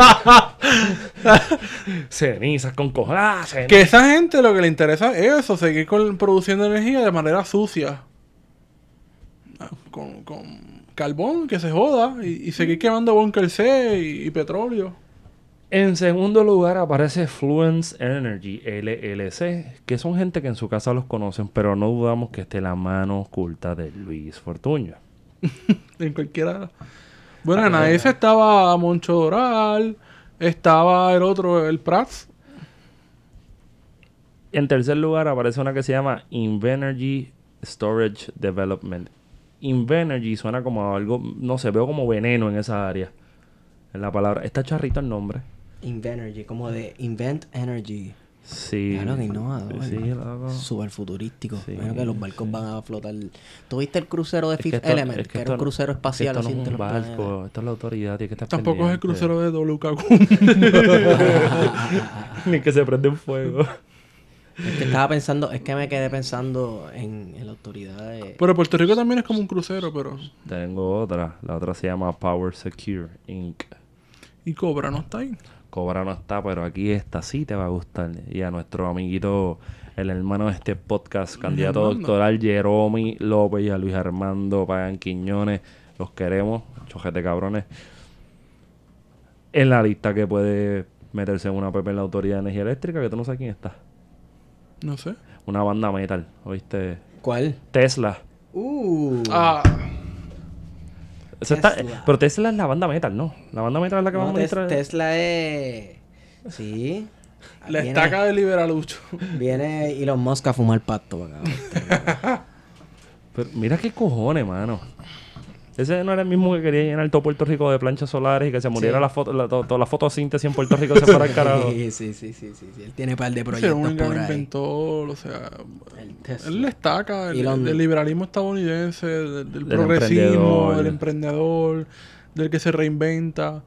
Cenizas con cojones. ¡Ah, cenizas!
Que esa gente lo que le interesa es eso, seguir con, produciendo energía de manera sucia. Ah, Con, con carbón, que se joda, y, y seguir quemando Bunker C y, y petróleo.
En segundo lugar aparece Fluence Energy L L C, que son gente que en su casa los conocen, pero no dudamos que esté la mano oculta de Luis Fortuño.
En cualquiera. Bueno, en ese estaba Moncho Doral, estaba el otro, el Prats.
En tercer lugar aparece una que se llama Invenergy Storage Development. Invenergy suena como algo, no sé, veo como veneno en esa área. En la palabra. Está charrito el nombre.
Invenergy, como de Invent Energy.
Sí.
Claro, que innovador.
Sí, loco.
Súper futurístico.
Sí.
Bueno, que los barcos van a flotar. ¿Tuviste el crucero de
Es que
Fifth
esto-
Element?
es
que, era
esto
un
no-
crucero
es que
espacial
esto no
así
es
entre
un
los
barco,
planetas.
esto es la autoridad, tiene que estar
Tampoco es el
pendiente.
crucero de W K Q.
Ni que se prende un fuego.
Es que estaba pensando, es que me quedé pensando en, en la autoridad de...
Pero Puerto Rico también es como un crucero, pero...
Tengo otra. La otra se llama Power Secure Incorporated.
Y Cobra no está ahí.
Cobra no está, pero aquí esta sí te va a gustar. Y a nuestro amiguito, el hermano de este podcast, candidato
Armando.
doctoral, Jeromy López, y a Luis Armando Pagan Quiñones. Los queremos, chojete cabrones. En la lista que puede meterse en una pepe en la Autoridad de Energía Eléctrica, que tú no sabes quién está.
No sé.
Una banda metal, ¿oíste?
¿Cuál?
Tesla.
Uh.
Ah,
Esa está-
Tesla.
pero Tesla es la banda metal, ¿no? La banda metal es la que
No,
vamos a
Tes-
ministrar.
Tesla es... Sí.
la
Viene-
estaca de Liberalucho.
Viene Elon Musk a fumar pasto para acá.
Pero mira qué cojones, mano. Ese no era el mismo que quería llenar todo Puerto Rico de planchas solares y que se muriera
Sí.
la foto, la, to- toda la fotosíntesis en Puerto Rico se fuera al carajo.
Sí, sí, sí, sí, sí, sí. Él tiene par de
Era
proyectos
un gran
por ahí.
inventor, o sea...
El Tesla.
Él le estaca el-
Elon-
del liberalismo estadounidense, del, del
Del
progresismo,
emprendedor.
del emprendedor, del que se reinventa.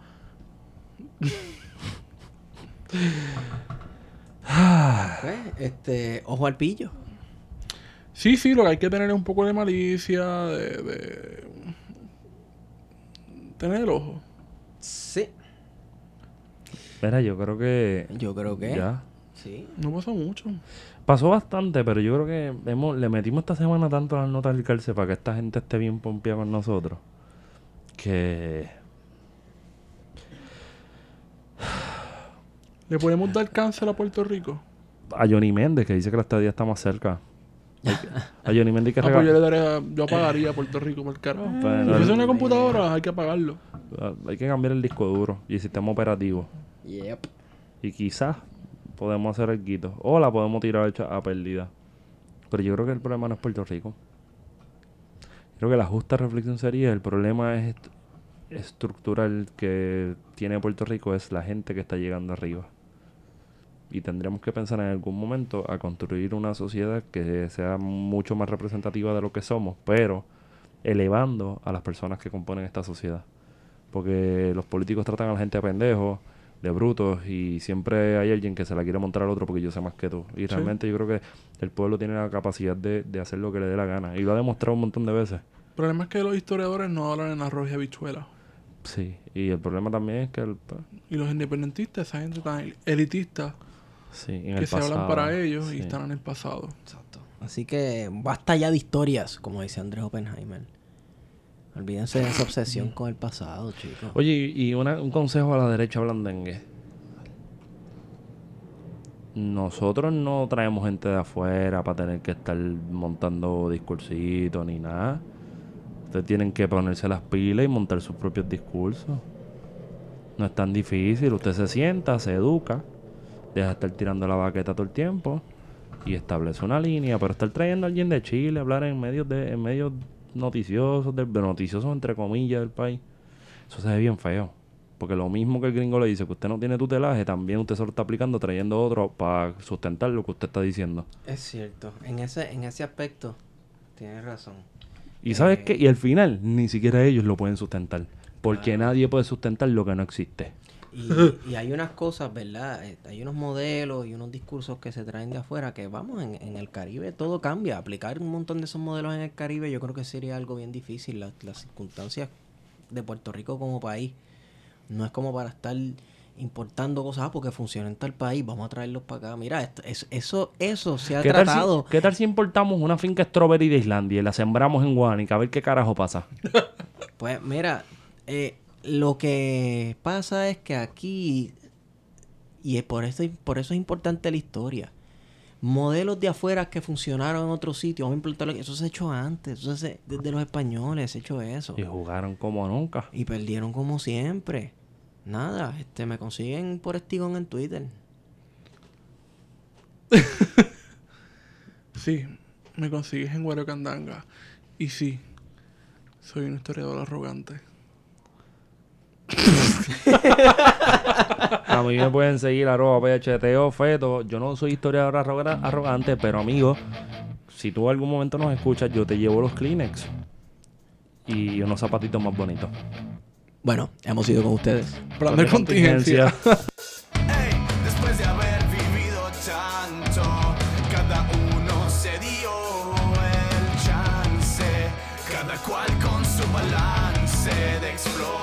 Pues, este, ojo al pillo.
Sí, sí, lo que hay que tener es un poco de malicia, de... de tener el ojo.
Sí.
Mira, yo creo que...
Yo creo que.
Ya.
Sí.
No pasó mucho.
Pasó bastante, pero yo creo que hemos, le metimos esta semana tanto las notas del cárcel para que esta gente esté bien pompeada con nosotros. Que...
¿Le podemos dar cáncer a Puerto Rico?
A Johnny Méndez, que dice que la estadía está más cerca. Hay que- A Johnny Méndez hay que
Ah, pues yo le
regalar...
daría... Yo apagaría a Puerto Rico por el carajo.
Bueno,
Si fuese
el-
una computadora, hay que apagarlo.
Hay que cambiar el disco duro y el sistema operativo.
Yep.
Y quizás podemos hacer el quito. O la podemos tirar hecha a pérdida. Pero yo creo que el problema no es Puerto Rico. Creo que la justa reflexión sería, el problema es est- estructural que tiene Puerto Rico es la gente que está llegando arriba. Y tendremos que pensar en algún momento a construir una sociedad que sea mucho más representativa de lo que somos, pero elevando a las personas que componen esta sociedad. Porque los políticos tratan a la gente de pendejos, de brutos, y siempre hay alguien que se la quiere montar al otro porque yo sé más que tú. Y
Sí.
realmente yo creo que el pueblo tiene la capacidad de, de hacer lo que le dé la gana. Y lo ha demostrado un montón de veces.
El problema es que los historiadores no hablan en arroz y habichuela.
Sí, y el problema también es que el, pues,
Y los independentistas, esa gente tan elitista,
sí, en
que
el
se
pasado,
hablan para ellos
sí.
y están en el pasado.
Exacto. Así que basta ya de historias, como dice Andrés Oppenheimer. Olvídense de esa obsesión con el pasado, chicos.
Oye, y y una- un consejo a la derecha blandengue. Nosotros no traemos gente de afuera para tener que estar montando discursitos ni nada. Ustedes tienen que ponerse las pilas y montar sus propios discursos. No es tan difícil. Usted se sienta, se educa, deja de estar tirando la baqueta todo el tiempo y establece una línea. Pero estar trayendo a alguien de Chile, hablar en medios de en medios noticiosos, del, noticiosos entre comillas del país, eso se ve bien feo. Porque lo mismo que el gringo le dice que usted no tiene tutelaje, también usted se lo está aplicando trayendo otro para sustentar lo que usted está diciendo.
Es cierto. En ese, en ese aspecto, tienes razón.
Y ¿sabes
Eh,
qué? Y al final, ni siquiera ellos lo pueden sustentar. Porque
Claro.
nadie puede sustentar lo que no existe.
Y, y hay unas cosas, ¿verdad? Eh, Hay unos modelos y unos discursos que se traen de afuera que, vamos, en, en el Caribe todo cambia. Aplicar un montón de esos modelos en el Caribe yo creo que sería algo bien difícil. Las, las circunstancias de Puerto Rico como país no es como para estar importando cosas ah, porque funciona en tal país, vamos a traerlos para acá. Mira, esto, es- eso, eso se ha
¿Qué tal, si,
tratado.
¿Qué tal si importamos una finca strawberry de Islandia y la sembramos en Guánica a ver qué carajo pasa?
Pues mira, eh, lo que pasa es que aquí, y es por eso, por eso es importante la historia, modelos de afuera que funcionaron en otros sitios, vamos a implementarlo aquí. Eso se ha hecho antes, eso se, desde los españoles se ha hecho eso.
Y jugaron como nunca.
Y perdieron como siempre. Nada, este me consiguen por Estigón en Twitter.
Sí, me consigues en Guaracandanga. Y sí, soy un historiador arrogante.
A mí me pueden seguir arroba P H T O feto. Yo no soy historiador arroga- arrogante, pero amigo, si tú en algún momento nos escuchas, yo te llevo los Kleenex y unos zapatitos más bonitos.
Bueno, hemos ido con ustedes.
Plan de contingencia.
Ey, después de haber vivido tanto, cada uno se dio el chance, cada cual con su balance de explorar.